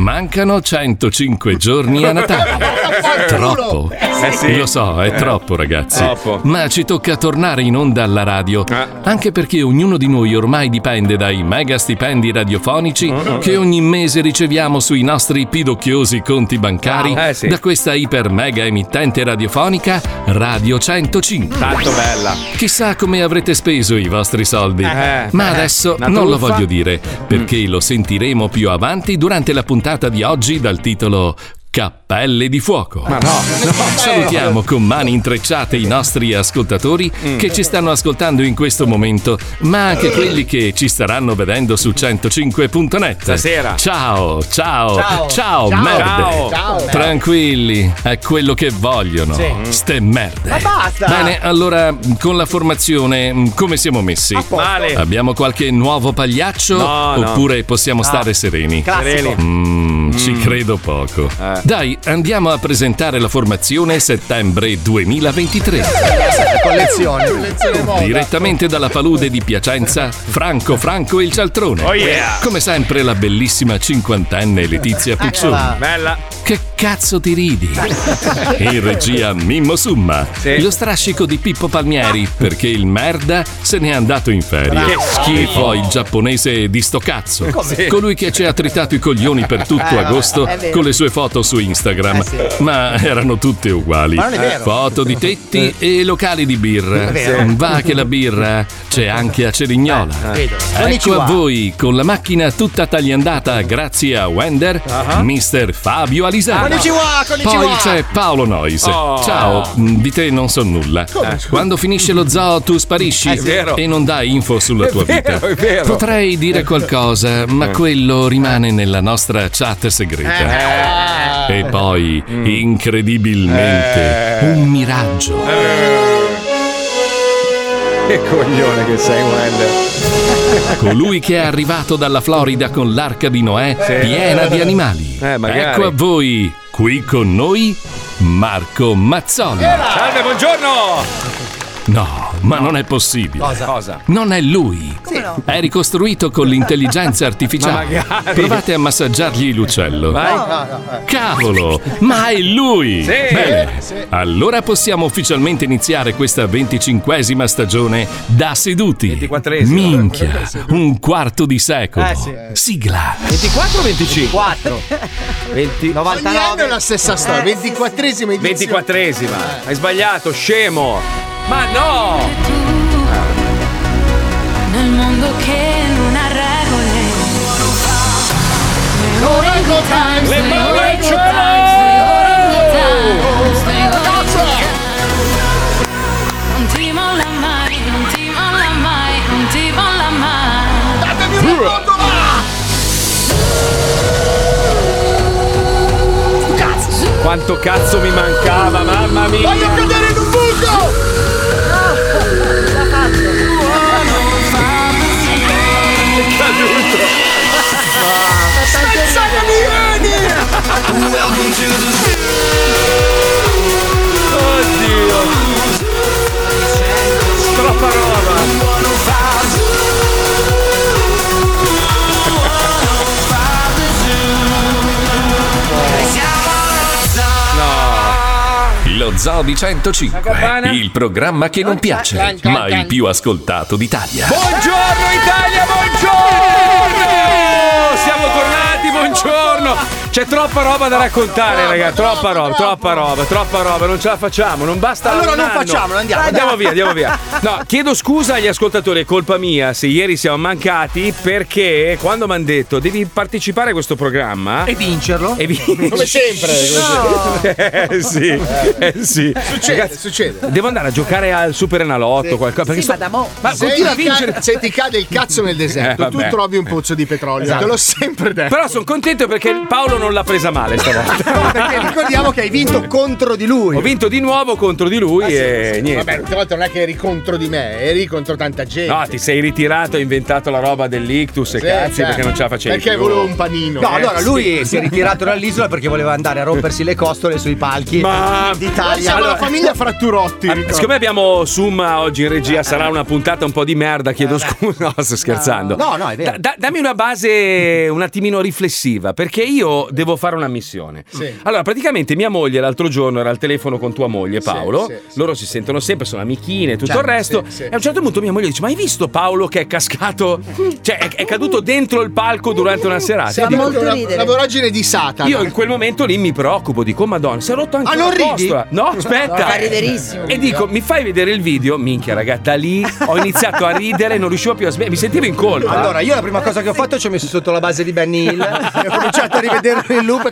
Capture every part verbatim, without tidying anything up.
Mancano centocinque giorni a Natale. Troppo. Eh sì. Lo so, è troppo, ragazzi. Troppo. Ma ci tocca tornare in onda alla radio. Eh. Anche perché ognuno di noi ormai dipende dai mega stipendi radiofonici che ogni mese riceviamo sui nostri pidocchiosi conti bancari Eh sì. da questa iper mega emittente radiofonica Radio centocinque. Tanto bella. Chissà come avrete speso i vostri soldi. Eh, Ma eh, adesso una non lo truffa? voglio dire, perché lo sentiremo più avanti durante la puntata di oggi dal titolo Cappelle di fuoco. Ma no, no. Salutiamo con mani intrecciate i nostri ascoltatori che ci stanno ascoltando in questo momento, ma anche quelli che ci staranno vedendo su centocinque punto net. Stasera. Ciao, ciao, ciao, Ciao. merde. Ciao. Ciao. Tranquilli, è quello che vogliono. Ste merde. Ma basta. Bene, allora, con la formazione, come siamo messi? Male. Abbiamo qualche nuovo pagliaccio? No, no. Oppure possiamo stare sereni? Classico. Mm, ci credo poco. Eh. Dai, andiamo a presentare la formazione settembre duemilaventitré. Collezione. Collezione moda. Direttamente dalla palude di Piacenza, Franco Franco il Cialtrone. Oh yeah. Come sempre la bellissima cinquantenne Letizia Puccioni. Eccola. Bella. Che cazzo ti ridi? In regia Mimmo Summa. Sì. Lo strascico di Pippo Palmieri perché il merda se n'è andato in ferie. Che schifo. E poi il giapponese di sto cazzo. Sì. Colui che ci ha tritato i coglioni per tutto Eh, agosto è vero. con le sue foto su Instagram. Eh, sì. Ma erano tutte uguali. Ma non è vero. Foto di tetti e locali di birra. È vero. Va che la birra c'è anche a Cerignola. Vedo. Ecco Konnichiwa. a voi con la macchina tutta tagliandata grazie a Wender, mister Fabio Alisani. Konnichiwa, konnichiwa. Poi c'è Paolo Nois. Oh. Ciao, mm, di te non so nulla. Quando finisce lo zoo tu sparisci È vero. e non dai info sulla tua vero, vita. è vero. Potrei dire qualcosa, ma quello rimane nella nostra chat segreta. E poi, incredibilmente, un miraggio. Che coglione che sei, Wender. Colui che è arrivato dalla Florida con l'arca di Noè piena di animali. Eh, magari. Ecco a voi, qui con noi, Marco Mazzoli. Salve, buongiorno. No, ma non è possibile. Cosa? Cosa? Non è lui. Come no? È ricostruito con l'intelligenza artificiale. Ma magari. Provate a massaggiargli l'uccello. Vai. No, no, no. eh. Cavolo, ma è lui! Sì. Bene, allora possiamo ufficialmente iniziare questa venticinquesima stagione da seduti. ventiquattresima. Minchia, un quarto di secolo. Eh, sì. Sigla. ventiquattro o venticinque? quattro. venti Ogni anno è novantanove la stessa storia. ventiquattresima edizione. ventiquattresima. Hai sbagliato, scemo. Ma no! Nel mondo che non ha regole. Orango Times. Le parole in cielo! Non ti molla mai, non ti molla mai, non ti molla mai. Datemi un minuto, va! Cazzo. Quanto cazzo mi mancava, mamma mia! Voglio cadere in un buco! Senza che mi vieni! Oddio! Troppa roba! Lo Zoo di centocinque, campana? il programma che non piace, ma il più ascoltato d'Italia. Buongiorno Italia, buongiorno! Siamo tornati, buongiorno! C'è troppa roba da raccontare, ragazzi, troppa roba, troppa roba, troppa roba, non ce la facciamo, non basta. Allora un non anno. facciamolo, andiamo, Andiamo dai. via, andiamo via. No, chiedo scusa agli ascoltatori, è colpa mia se ieri siamo mancati, perché quando mi hanno detto devi partecipare a questo programma E vincerlo? e vi- Come sempre. eh sì, eh sì. Succede, Ragazzi, succede. devo andare a giocare al Super Enalotto, qualcosa, perché Sì, sto- ma da mo- ma Se, continua a ti ca- vincere. se ti cade il cazzo nel deserto, Eh, tu vabbè. trovi un pozzo di petrolio. Te l'ho sempre detto. Però sono contento perché Paolo non l'ha presa male stavolta. No, perché ricordiamo che hai vinto contro di lui. Ho vinto di nuovo contro di lui e niente. Vabbè, l'ultima volta non è che eri contro di me, eri contro tanta gente. No, ti sei ritirato, hai inventato la roba dell'ictus e Sì, cazzi cioè, perché non ce la facevi Perché più. volevo un panino. No, allora Eh, lui sì. si è ritirato dall'isola perché voleva andare a rompersi le costole sui palchi Ma- d'Italia. Siamo Allora- la famiglia Fratturotti. Ah, ricordo. siccome abbiamo Summa oggi in regia, sarà una puntata un po' di merda, chiedo scusa. No, sto scherzando. No, no, è vero. Da- da- dammi una base un attimino riflessiva, perché perché io devo fare una missione. Sì. Allora, praticamente mia moglie l'altro giorno era al telefono con tua moglie Paolo, Sì, sì, loro si sentono sempre, sono amichine e tutto Certo, il resto, sì, sì. e a un certo punto mia moglie dice: ma hai visto Paolo che è cascato? Cioè è, è caduto dentro il palco durante una serata. Sei E dico, molto una, una voragine di Satana. io in quel momento lì mi preoccupo, dico: Madonna, si è rotto anche Ah, la non ridi? costola. No, aspetta. Fa riderissimo. E dico: mi fai vedere il video? Minchia, raga, da lì ho iniziato a ridere, non riuscivo più a smettere, mi sentivo in colpa. Allora, io la prima cosa che ho fatto ci ho messo sotto la base di Benny Hill e ho cominciato a rivederlo in loop.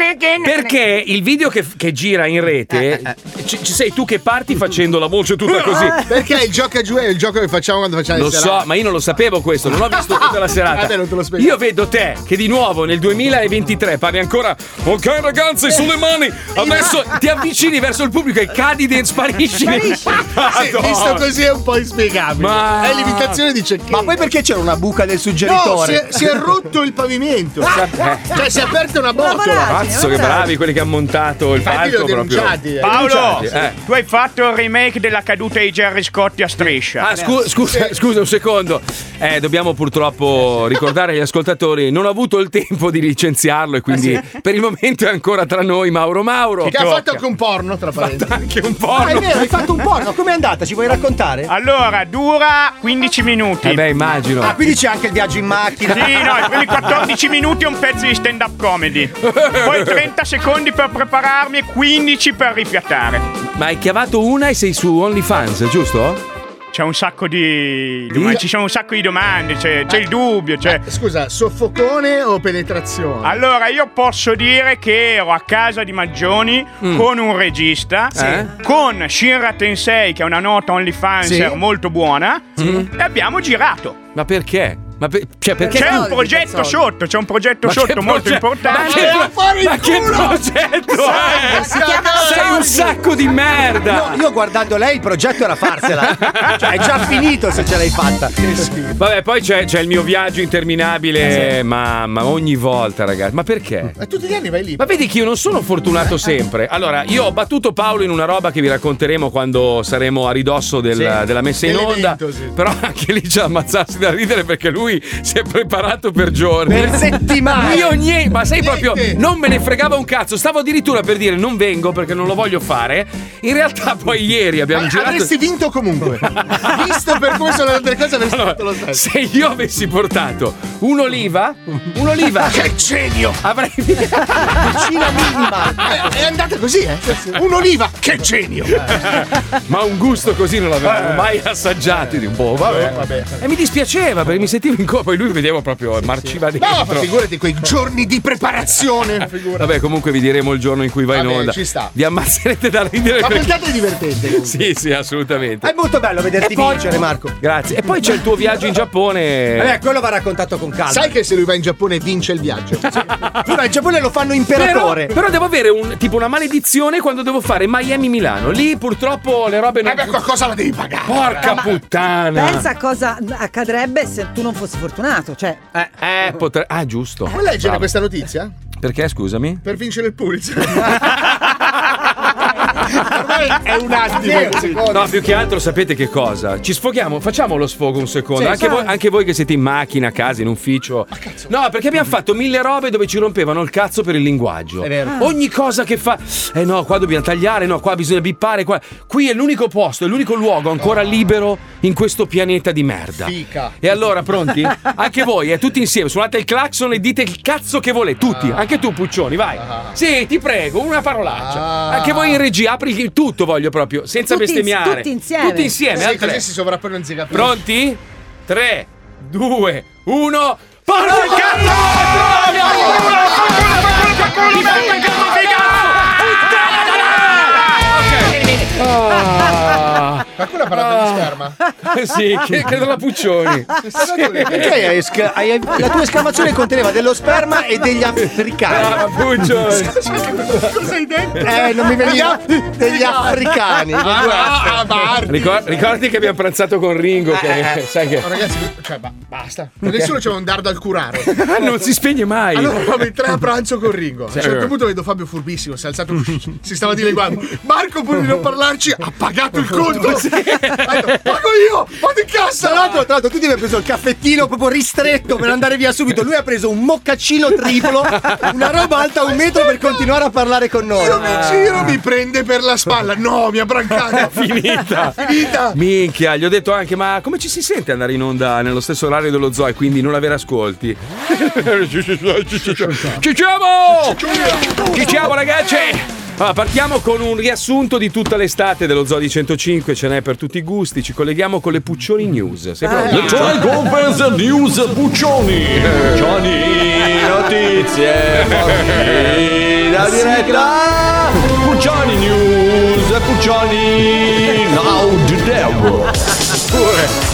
Perché il video che, che gira in rete ci, ci sei tu che parti facendo la voce tutta così. Perché il gioco a giù è il gioco che facciamo quando facciamo Lo le serate. so, ma io non lo sapevo questo, non ho visto tutta la serata. Vabbè, non te lo spiego. Io vedo te che di nuovo nel duemilaventitré parli ancora: ok ragazzi, sulle mani, adesso ti avvicini verso il pubblico e cadi e sparisci. Sì, visto così è un po' inspiegabile. Ma- È l'imitazione di Cecchini. Ma poi perché c'era una buca del No, si suggeritore? è, si è rotto il pavimento. Cioè si è aperta una botola. Cazzo, che bravi quelli che hanno montato il Infatti li ho palco proprio. denunciati. eh. Paolo, Denunciati, eh. tu hai fatto il remake della caduta di Gerry Scotti a striscia. Ah, scu- scusa, scusa un secondo. Eh, dobbiamo purtroppo ricordare agli ascoltatori: non ho avuto il tempo di licenziarlo e quindi per il momento è ancora tra noi Mauro Mauro. Che ha fatto anche un porno, tra parentesi. Anche un po'. Ah, è vero, hai fatto un porno, com'è andata? Ci vuoi raccontare? Allora, dura quindici minuti. Eh beh, immagino. Ah, quindi c'è anche il viaggio in macchina. Sì, no, i primi quattordici minuti è un pezzo di stand-up comedy. Poi trenta secondi per prepararmi e quindici per rifiatare. Ma hai chiavato una e sei su OnlyFans, giusto? C'è un sacco di. Di? Ci sono un sacco di domande, c'è, c'è il dubbio, c'è. Scusa, soffocone o penetrazione? Allora, io posso dire che ero a casa di Maggioni con un regista, Eh? con Shinra Tensei, che è una nota OnlyFans Sì. molto buona, e abbiamo girato. Ma perché? Ma per- cioè perché? C'è un soldi, per progetto soldi. sotto, c'è un progetto Ma che sotto molto progetto? importante. Ma che, ma che progetto è? Si chiama Sei un soldi. sacco di merda. No, io guardando lei il progetto era farsela. Cioè è già finito se ce l'hai fatta. Vabbè, poi c'è, c'è il mio viaggio interminabile, ma, ma ogni volta, ragazzi. Ma perché? Ma tutti gli anni vai lì. Ma vedi che io non sono fortunato sempre. Allora, io ho battuto Paolo in una roba che vi racconteremo quando saremo a ridosso del- Sì. della messa in onda. Dell'evento, sì. Però anche lì c'è da ammazzarsi da ridere perché lui si è preparato per giorni. Per settimane. Io niente, ma sai proprio, Niente. non me ne fregava un cazzo. Stavo addirittura per dire non vengo perché non lo voglio fare. In realtà poi ieri abbiamo Ma girato. avresti vinto comunque. Visto per come sono andate le cose, avresti Allora, fatto lo stesso. se io avessi portato un'oliva, un'oliva, Che genio! avrei Cucina minima. È, è andata così, eh? Un'oliva, che genio! ma un gusto così non l'avevo mai assaggiato. Dico, boh, vabbè. vabbè. E mi dispiaceva perché mi sentivo in colpa. Poi lui vedevo proprio marciva No, ma dentro. figurati quei giorni di preparazione. Figurati. Vabbè, comunque vi diremo il giorno in cui vai in Vabbè, onda. ci sta. Vi ammazzerete da ridere. La perché- puntata è divertente. comunque. Sì, sì, assolutamente. È molto bello vederti E poi- vincere, Marco. Grazie. E poi c'è il tuo viaggio in Giappone. Vabbè, quello va raccontato con calma. Sai che se lui va in Giappone vince il viaggio. Però in Giappone lo fanno Però, imperatore. però devo avere un, tipo una maledizione quando devo fare Miami-Milano. Lì purtroppo le robe non. Vabbè, qualcosa la devi pagare. Porca puttana. Pensa a cosa accadrebbe se tu non fossi fortunato. Cioè, Eh, eh potre- Ah, giusto. Vuoi leggere Bravo. questa notizia? Perché, scusami? Per vincere il Pulitzer. Ormai è un attimo. un secondo. No, più che altro sapete che cosa? Ci sfoghiamo, facciamo lo sfogo un secondo. Sì, anche, sì. voi, anche voi che siete in macchina, a casa, in ufficio. No, perché abbiamo fatto mille robe dove ci rompevano il cazzo per il linguaggio. È vero. Ogni cosa che fa. Eh no, qua dobbiamo tagliare, no, qua bisogna bippare. Qua. Qui è l'unico posto, è l'unico luogo ancora libero in questo pianeta di merda. Fica. E allora, pronti? Anche voi, eh, tutti insieme, suonate il clacson e dite il cazzo che volete. Tutti, anche tu, Puccioni, vai. Sì, ti prego, una parolaccia. Ah. Anche voi in regia, apri il- tutto, voglio proprio, senza Tutti ins- bestemmiare. tutti insieme. Tutti insieme, Sì, al tre. così si sovrappone non si capisce. Pronti? tre, due, uno. Parla il cazzo! Qualcuno ha parlato di scherma? Sì, che- credo la Puccioni. Perché hai esc- hai- la tua esclamazione conteneva dello sperma e degli africani. Ah, Puccioni. Cosa hai detto? Eh, non mi veniva degli africani. Ah, ah, Bardi. Ricor- ricordi che abbiamo pranzato con Ringo, che sai che No, ragazzi, cioè, ba- basta. Nessuno c'è un dardo al curare. ah, non si spegne mai. Allora eravamo in tre a pranzo con Ringo. A un certo punto vedo Fabio furbissimo, si è alzato, si stava dileguando. Marco, pur di non parlarci, ha pagato il conto. Ha detto, pago io, vado in cassa. Tra l'altro, tra l'altro tu ti avevi preso il caffettino proprio ristretto per andare via subito. Lui ha preso un moccacino triplo, una roba alta un metro per continuare a parlare con noi. Io mi giro, mi prende per la spalla. No, mi ha brancato. Finita. Finita. Minchia, gli ho detto anche, ma come ci si sente andare in onda nello stesso orario dello zoo e quindi non avere ascolti? Ci siamo! Ci siamo, ragazzi! Allora, partiamo con un riassunto di tutta l'estate dello Zoo di centocinque, ce n'è per tutti i gusti. Ci colleghiamo con le Puccioni News. Sei pronto? Le tue conferenze news Puccioni. Puccioni, notizie. La diretta. Puccioni News. Puccioni. Now the devil. Pure.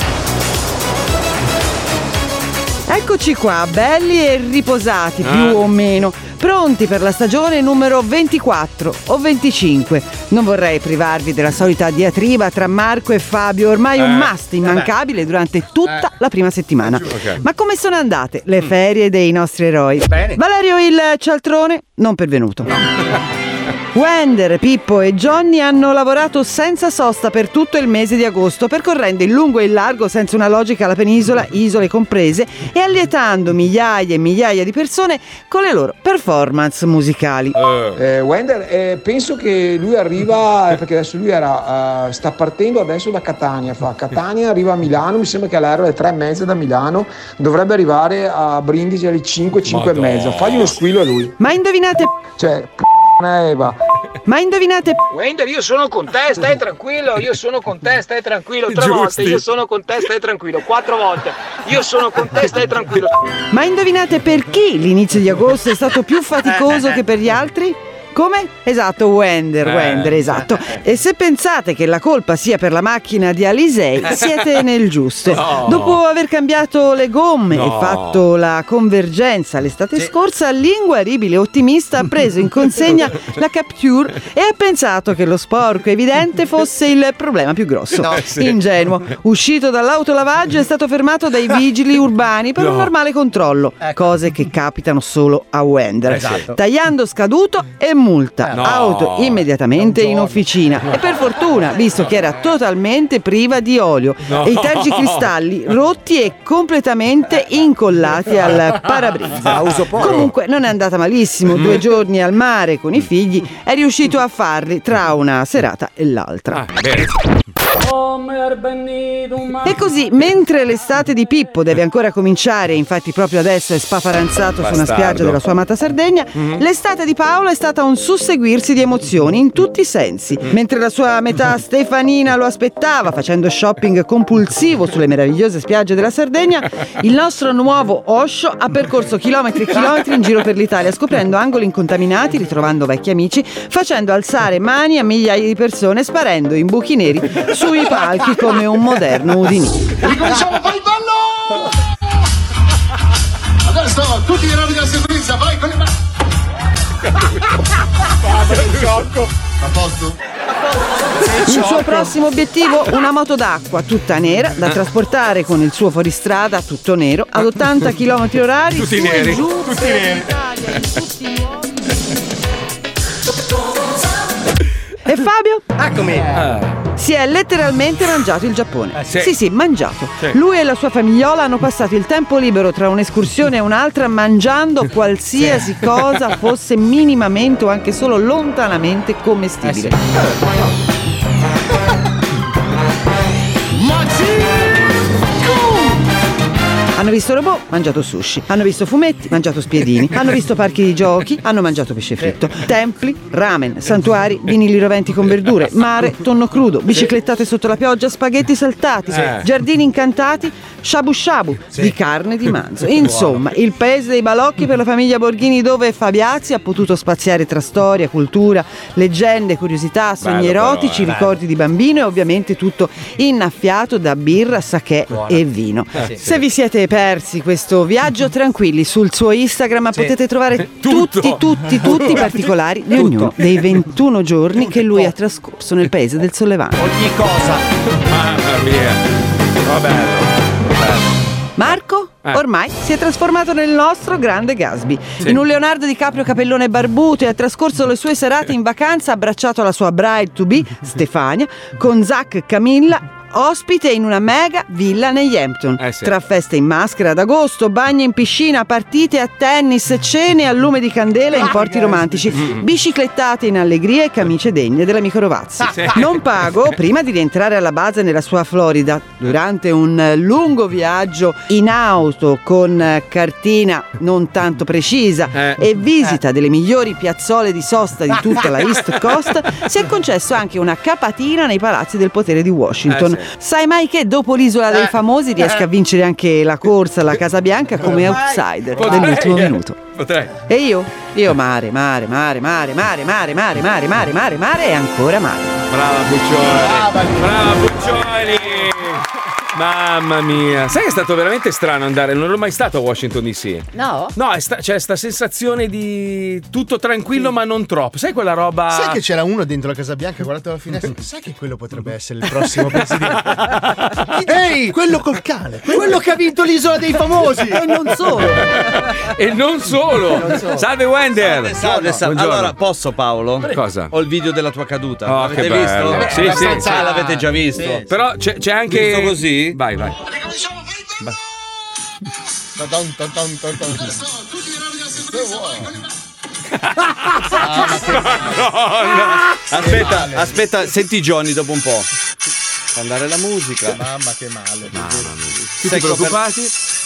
Eccoci qua, belli e riposati, più Ah. o meno, pronti per la stagione numero ventiquattro o venticinque. Non vorrei privarvi della solita diatriba tra Marco e Fabio, ormai un Eh. must immancabile durante tutta la prima settimana. Ok. Ma come sono andate le ferie dei nostri eroi? Bene. Valerio il cialtrone non pervenuto. Wender, Pippo e Johnny hanno lavorato senza sosta per tutto il mese di agosto, percorrendo in lungo e in largo senza una logica la penisola, isole comprese, e allietando migliaia e migliaia di persone con le loro performance musicali. Eh, Wender, eh, penso che lui arriva, eh, perché adesso lui era, eh, sta partendo adesso da Catania, fa Catania, arriva a Milano, mi sembra che all'aereo è tre e mezza da Milano, dovrebbe arrivare a Brindisi alle cinque, cinque e mezza, fagli uno squillo a lui. Ma indovinate, Cioè, p***a Eva. ma indovinate Wender, io sono con te, stai tranquillo, io sono con te, stai tranquillo, tre Giusti. volte, io sono con te, stai tranquillo, quattro volte, io sono con te, stai tranquillo. Ma indovinate per chi l'inizio di agosto è stato più faticoso che per gli altri? Come? Esatto, Wender, Eh. Wender, esatto. E se pensate che la colpa sia per la macchina di Alisei, siete nel giusto. No. Dopo aver cambiato le gomme No. e fatto la convergenza l'estate scorsa, l'inguaribile ottimista ha preso in consegna la Capture e ha pensato che lo sporco evidente fosse il problema più grosso. No. Ingenuo, uscito dall'autolavaggio è stato fermato dai vigili urbani per un No. normale controllo, cose che capitano solo a Wender. Esatto. Tagliando scaduto e multa, No. auto immediatamente in officina e per fortuna, visto che era totalmente priva di olio No. e i tergicristalli rotti e completamente incollati al parabrisa. La uso poco. Comunque non è andata malissimo, due giorni al mare con i figli è riuscito a farli tra una serata e l'altra. Ah, bene. E così, mentre l'estate di Pippo deve ancora cominciare, infatti proprio adesso è spafaranzato su una Bastardo. spiaggia della sua amata Sardegna, l'estate di Paolo è stata un susseguirsi di emozioni in tutti i sensi. Mentre la sua metà Stefanina lo aspettava facendo shopping compulsivo sulle meravigliose spiagge della Sardegna, il nostro nuovo Osho ha percorso chilometri e chilometri in giro per l'Italia, scoprendo angoli incontaminati, ritrovando vecchi amici, facendo alzare mani a migliaia di persone, sparendo in buchi neri sui palchi come un moderno Houdini. Ricominciamo, vai ballo! Adesso tutti i rovi della sequenza, vai con le mani. A posto? Il suo prossimo obiettivo? Una moto d'acqua tutta nera da trasportare con il suo fuoristrada tutto nero ad ottanta chilometri orari Tutti su e neri, giù tutti per neri. l'Italia, in tutti i modi. E Fabio? Eccomi. Si è letteralmente mangiato il Giappone. sì. Sì, sì, mangiato. Sì. Lui e la sua famigliola hanno passato il tempo libero tra un'escursione e un'altra mangiando qualsiasi cosa fosse minimamente o anche solo lontanamente commestibile. Hanno visto robot, mangiato sushi. Hanno visto fumetti, mangiato spiedini. Hanno visto parchi di giochi, hanno mangiato pesce fritto. Templi, ramen, santuari, vinili roventi con verdure, mare, tonno crudo, biciclettate sotto la pioggia, spaghetti saltati, Sì. giardini incantati, shabu shabu di carne di manzo. Insomma, il paese dei balocchi per la famiglia Borghini, dove Fabiazzi ha potuto spaziare tra storia, cultura, leggende, curiosità, sogni Bello, però, erotici, eh. ricordi di bambino e ovviamente tutto innaffiato da birra, sakè e vino. Se vi siete persi questo viaggio, tranquilli, sul suo Instagram potete trovare Tutto. tutti, tutti, tutti i particolari di ognuno dei ventuno giorni che lui ha trascorso nel paese del Sollevante. Ogni cosa. Mamma mia. Va bello. Marco Eh. ormai si è trasformato nel nostro grande Gatsby. Sì. In un Leonardo DiCaprio capellone barbuto, e ha trascorso le sue serate in vacanza abbracciato alla sua bride to be, Stefania, con Zach, Camilla ospite in una mega villa negli Hampton. Eh sì. Tra feste in maschera ad agosto, bagni in piscina, partite a tennis, cene al lume di candela in porti romantici, biciclettate in allegria e camicie degne dell'amico Rovazzi. Non pago prima di rientrare alla base nella sua Florida durante un lungo viaggio in auto con cartina non tanto precisa Eh. e visita delle migliori piazzole di sosta di tutta la East Coast, si è concesso anche una capatina nei palazzi del potere di Washington. Eh, sì. Sai mai che dopo l'isola dei famosi riesca a vincere anche la corsa alla Casa Bianca come outsider Potrei, dell'ultimo eh. minuto? Potrei. E io? Io mare, mare, mare, mare, mare, mare, mare, mare, mare, mare, mare e ancora mare. Brava Puccioni. Brava Puccioni. Mamma mia. Sai che è stato veramente strano andare, non ero mai stato a Washington D C. No? No, è sta- c'è sta sensazione di tutto tranquillo ma non troppo. Sai quella roba. Sai che c'era uno dentro la Casa Bianca, guardato dalla finestra? Sai che quello potrebbe essere il prossimo presidente? Ehi, quello col cane, quello che ha vinto l'isola dei famosi. E non solo. E non solo. Salve Wender. Salve, salve. Buongiorno. Allora, posso Paolo? Cosa? Ho il video della tua caduta. Oh, L'avete che visto? bello. Sì, sì, sì. Ah, l'avete già visto. Sì. Però c'è, c'è anche. Visto così? Vai, vai. Ton, ton, ton, ton, ton. Aspetta, aspetta, senti Johnny dopo un po'. Fa andare la musica. Mamma che male. Tutti Sei preoccupati?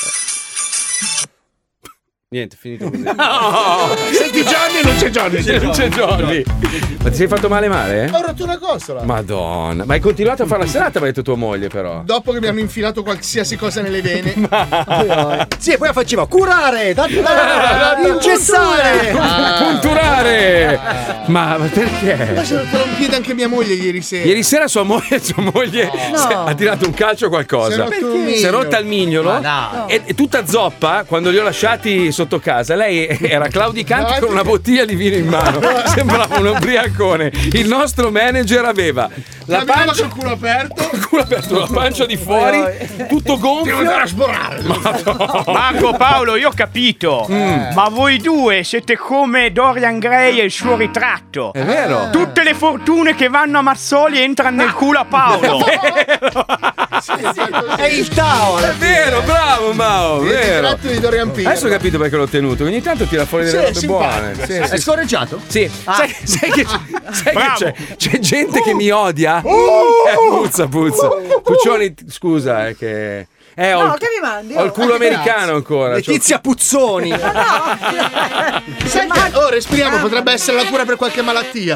Niente, finito così. Senti Johnny e non c'è Johnny. Non c'è Johnny. Ma ti sei fatto male male? Ho rotto una costola. Madonna. Ma hai continuato a fare la serata, mi ha detto tua moglie però. Dopo che mi hanno infilato qualsiasi cosa nelle vene. Sì, e poi faceva curare, da- da- ingessare. Punturare. Ma, ma perché? Ma si è rotto un piede anche mia moglie ieri sera. Ieri sera sua moglie, sua moglie si- ha tirato un calcio o Si è qualcosa. rotto un Si è mignolo. rotta il mignolo e, e tutta zoppa quando li ho lasciati sotto casa. Lei era claudicante con una bottiglia di vino in mano. Sembrava un ubriacone. Il nostro manager aveva la Camminava pancia, col culo aperto. il culo aperto, la pancia di fuori, tutto gonfio. Devo andare a sborare. Marco Paolo, io ho capito. Ma voi due siete come Dorian Gray e il suo ritratto. È vero. Tutte le fortune che vanno a Mazzoli entrano nel culo a Paolo. È il Tao. È vero, bravo Mao, Il vero. ritratto di Dorian Pirro. Adesso ho capito perché l'ho tenuto. Ogni tanto tira fuori delle Sì, robe simpatico. buone. Sì, È sì, scorreggiato? sì. Sai, sai che, sai che Bravo. c'è, c'è gente che mi odia? Uh! Eh, puzza, puzza. Puccioni, scusa, è che. Eh, ho, No, il- che mi mandi? ho il culo Oh, americano ancora. c'ho- Letizia Puzzoni. Sai che, oh, respiriamo, potrebbe essere la cura per qualche malattia.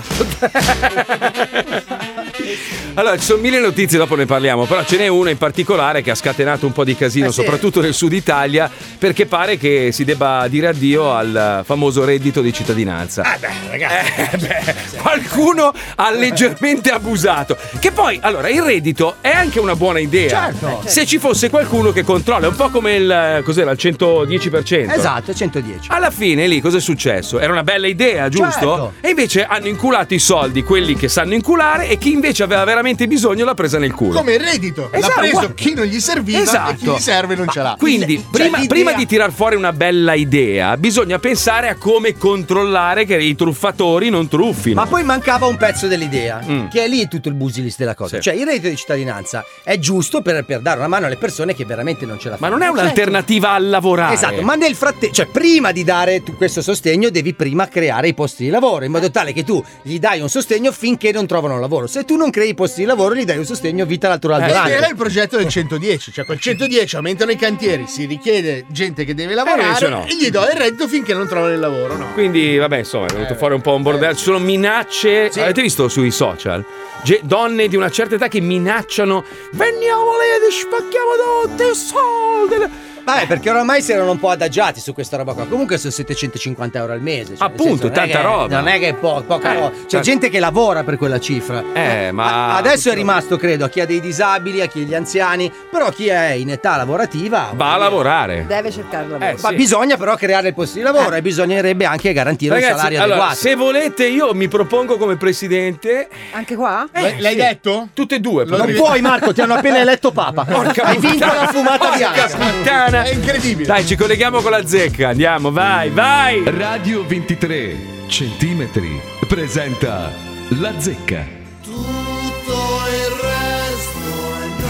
Allora, ci sono mille notizie, dopo ne parliamo, però ce n'è una in particolare che ha scatenato un po' di casino, Eh sì. soprattutto nel sud Italia, perché pare che si debba dire addio al famoso reddito di cittadinanza. Eh beh, ragazzi. Eh, beh, qualcuno ha leggermente abusato. Che poi, allora, il reddito è anche una buona idea. Certo. Se ci fosse qualcuno che controlla, un po' come il, cos'era, il centodieci per cento. Esatto, centodieci. Alla fine lì cosa è successo? Era una bella idea, giusto? Certo. E invece hanno inculato i soldi quelli che sanno inculare e chi invece aveva veramente bisogno l'ha presa nel culo. Come il reddito. Esatto, L'ha preso guarda. chi non gli serviva Esatto. e chi gli serve non ce l'ha. Quindi, Cioè, prima, l'idea- prima di tirar fuori una bella idea, bisogna pensare a come controllare che i truffatori non truffino. Ma poi mancava un pezzo dell'idea, Mm. che è lì tutto il busilis della cosa. Sì. Cioè, il reddito di cittadinanza è giusto per, per dare una mano alle persone che veramente non ce la Ma fanno. non è un'alternativa a lavorare. Esatto, ma nel frattempo, cioè prima di dare tu questo sostegno devi prima creare i posti di lavoro, in modo tale che tu gli dai un sostegno finché non trovano lavoro. Se tu non crei i posti di lavoro, gli dai un sostegno vita natural Ed durante. era il progetto del centodieci, cioè col centodieci aumentano i cantieri, si richiede gente che deve lavorare invece no. e gli do il reddito finché non trovano il lavoro, no? Quindi, vabbè, insomma, è venuto fuori un po' un bordello. Ci sono minacce. Sì. Avete visto sui social? Ge- donne di una certa età che minacciano: veniamo lì, ti spacchiamo tutti i soldi. Vabbè, perché oramai si erano un po' adagiati su questa roba qua. Comunque sono settecentocinquanta euro al mese. Cioè, nel Appunto, senso, non è tanta che- roba. Non è che è po- poca Eh, roba. C'è certo. gente che lavora per quella cifra. Eh, ma. A- Adesso è rimasto, credo, a chi ha dei disabili, a chi ha gli anziani, però chi è in età lavorativa Va a lavorare. Deve cercare lavoro. Eh, Ma sì. bisogna però creare il posto di lavoro e bisognerebbe anche garantire un Ragazzi, salario allora, adeguato. se volete, io mi propongo come presidente. Anche qua? L'hai l'hai detto? Tutte e due. Lo Non devi- puoi, Marco, ti hanno appena eletto papa. Hai vinto la fumata Porca bianca. puttana. È incredibile. Dai, ci colleghiamo con la zecca. Andiamo, vai, vai. Radio ventitré centimetri presenta La Zecca. Tutto il resto è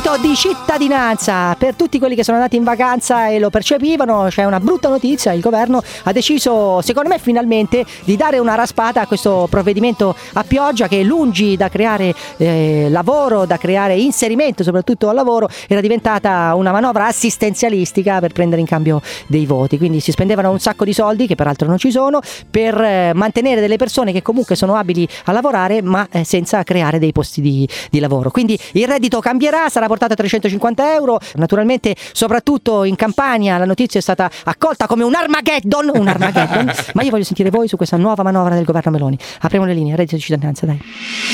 reddito di cittadinanza per tutti quelli che sono andati in vacanza e lo percepivano. C'è una brutta notizia: il governo ha deciso, secondo me finalmente, di dare una raspata a questo provvedimento a pioggia che, lungi da creare eh, lavoro, da creare inserimento soprattutto al lavoro, era diventata una manovra assistenzialistica per prendere in cambio dei voti. Quindi si spendevano un sacco di soldi, che peraltro non ci sono, per eh, mantenere delle persone che comunque sono abili a lavorare, ma eh, senza creare dei posti di, di lavoro. Quindi il reddito cambierà, sarà portato a trecentocinquanta euro. Naturalmente, soprattutto in Campania, la notizia è stata accolta come un Armageddon, un Armageddon. Ma io voglio sentire voi su questa nuova manovra del governo Meloni. Apriamo le linee, reddito di cittadinanza, dai.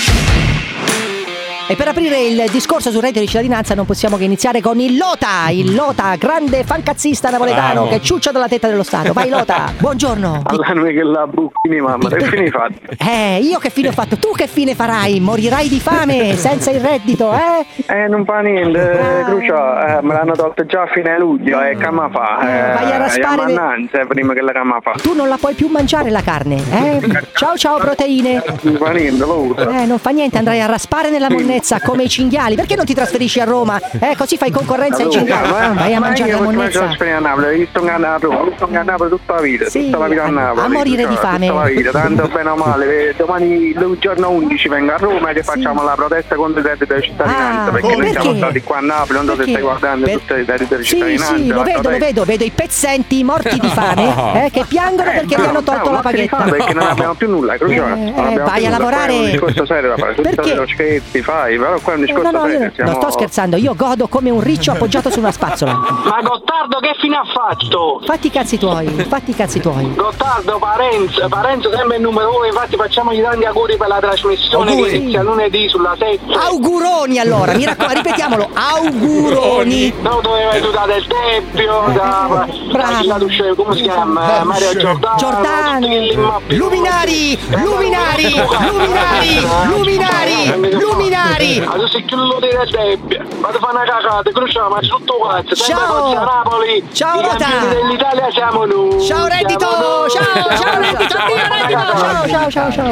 E per aprire il discorso sul reddito di cittadinanza non possiamo che iniziare con il Lota, il Lota, grande fancazzista napoletano Bravo. che ciuccia dalla tetta dello Stato. Vai Lota, buongiorno. Allora noi che la bucchini mamma, che fine hai fatto? Eh, io che fine ho fatto? Tu che fine farai? Morirai di fame senza il reddito, eh? Eh, non fa niente, ah. Crucio, eh, me l'hanno tolto già a fine luglio, e eh, che ma fa? Eh, vai a raspare le... mannanza, prima che la cama fa. Tu non la puoi più mangiare la carne, eh? Ciao ciao proteine. Non fa niente, lo uso. Eh, non fa niente, andrai a raspare nella monnezza come i cinghiali. Perché non ti trasferisci a Roma? Eh, così fai concorrenza ai cinghiali. Vai a mangiare la monnezza. Ma io a Napoli, io sto a Napoli, sto a Napoli tutta la vita, sì, tutta la vita a Napoli. A morire di fame. Tutta la vita, tanto bene o male. Domani, il giorno undici, vengo a Roma e sì. facciamo la protesta contro il reddito di cittadinanza. Ah, perché oh, noi perché? siamo stati qua a Napoli, non so se stai guardando per... tutte le reddito di cittadinanza. Sì, sì, lo vedo, lo vedo, vedo i pezzenti morti di fame eh, che piangono perché gli hanno tolto la paghetta. Perché non abbiamo più nulla, è cruciale. Vai a lavorare. È un discorso serio da fare, tutti i schetti fai, però qua è un discorso serio. Non sto scherzando, io godo come un riccio appoggiato su una spazzola. Ma Gottardo che fine ha fatto? Fatti i cazzi tuoi, fatti i cazzi tuoi. Gottardo, Parenzo, Parenzo sempre il numero uno, infatti facciamogli tanti auguri per la trasmissione auguri. Che inizia lunedì sulla sette. Auguroni allora, mi raccomando, ripetiamolo, auguroni. No, doveva aiutare del Tempio, da, da Duce, come si chiama? Mario Giordano. Giordano. Luminari, luminari, luminari, luminari, luminari. Adesso chiudo del Tempio. Vado a fare una cagata, cruciamo, ma tutto quanto. Ciao. Napoli. Ciao Rota. Dell'Italia siamo noi. Ciao reddito. Ciao, ciao reddito. Ciao, ciao, ciao, ciao.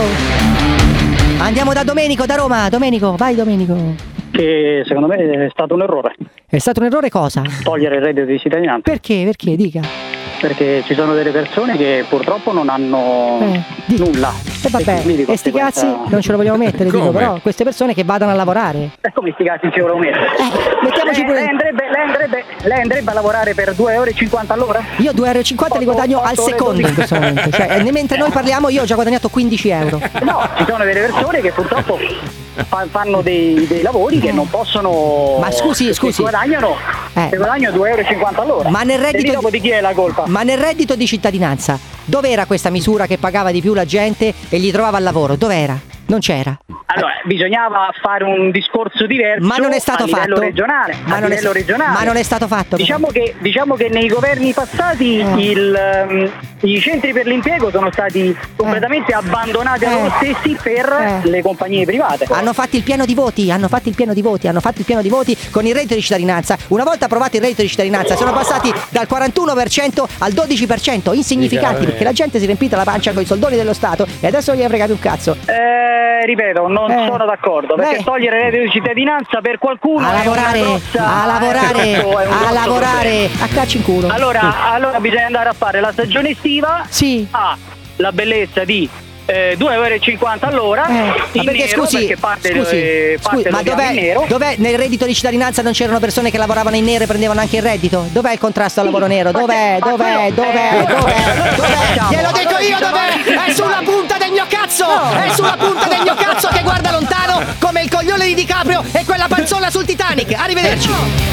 Andiamo da Domenico, da Roma. Domenico, vai Domenico. Che secondo me è stato un errore. È stato un errore cosa? Togliere il reddito di cittadinanza. Perché? Perché? Dica. Perché ci sono delle persone che purtroppo non hanno eh, nulla. E vabbè, e, e sti cazzi non ce lo vogliamo mettere, dico, però queste persone che vadano a lavorare. E come sti cazzi ce lo volevo mettere? Eh, mettiamoci lei, pure. Lei andrebbe, lei, andrebbe, lei andrebbe a lavorare per due euro e cinquanta all'ora? Io due euro e cinquanta li guadagno al secondo in questo momento. Cioè, mentre noi parliamo io ho già guadagnato quindici euro. No, ci sono delle persone che purtroppo fanno dei, dei lavori che non possono. Ma scusi, scusi. Guadagnano, eh. guadagnano due euro e cinquanta all'ora. Ma nel reddito e dopo di chi è la colpa? Ma nel reddito di cittadinanza, dov'era questa misura che pagava di più la gente e gli trovava il lavoro? Dov'era? Non c'era. Allora, bisognava fare un discorso diverso. Ma non è stato a fatto. livello regionale. Ma a non livello è, regionale. Ma non è stato fatto. Diciamo che, diciamo che nei governi passati eh. il, um, i centri per l'impiego sono stati completamente eh. abbandonati a loro eh. stessi per eh. le compagnie private. Hanno fatto il piano di voti, hanno fatto il piano di voti, hanno fatto il piano di voti con il reddito di cittadinanza. Una volta approvato il reddito di cittadinanza sono passati dal quarantuno per cento al dodici per cento, insignificanti, perché la gente si è riempita la pancia con i soldoni dello Stato e adesso non gli frega più un cazzo. Eh, ripeto, non eh. sono d'accordo, perché Beh. togliere il reddito di cittadinanza per qualcuno a lavorare, grossa, a lavorare, a lavorare, a cacci in culo. Allora, sì. allora bisogna andare a fare la stagione estiva. Sì. Ha la bellezza di eh, due euro e cinquanta all'ora. Eh. In ma perché nero, scusi, perché parte, scusi, eh, parte scusi ma dov'è, in nero. dov'è nel reddito di cittadinanza non c'erano persone che lavoravano in nero e prendevano anche il reddito? Dov'è il contrasto al lavoro nero? Dov'è? Dov'è? Dov'è? Dov'è? Dov'è? Glielo dico io dov'è? È sulla punta del mio cazzo! È sulla punta del mio cazzo che guarda lontano come il coglione di DiCaprio e quella panzona sul Titanic. Arrivederci.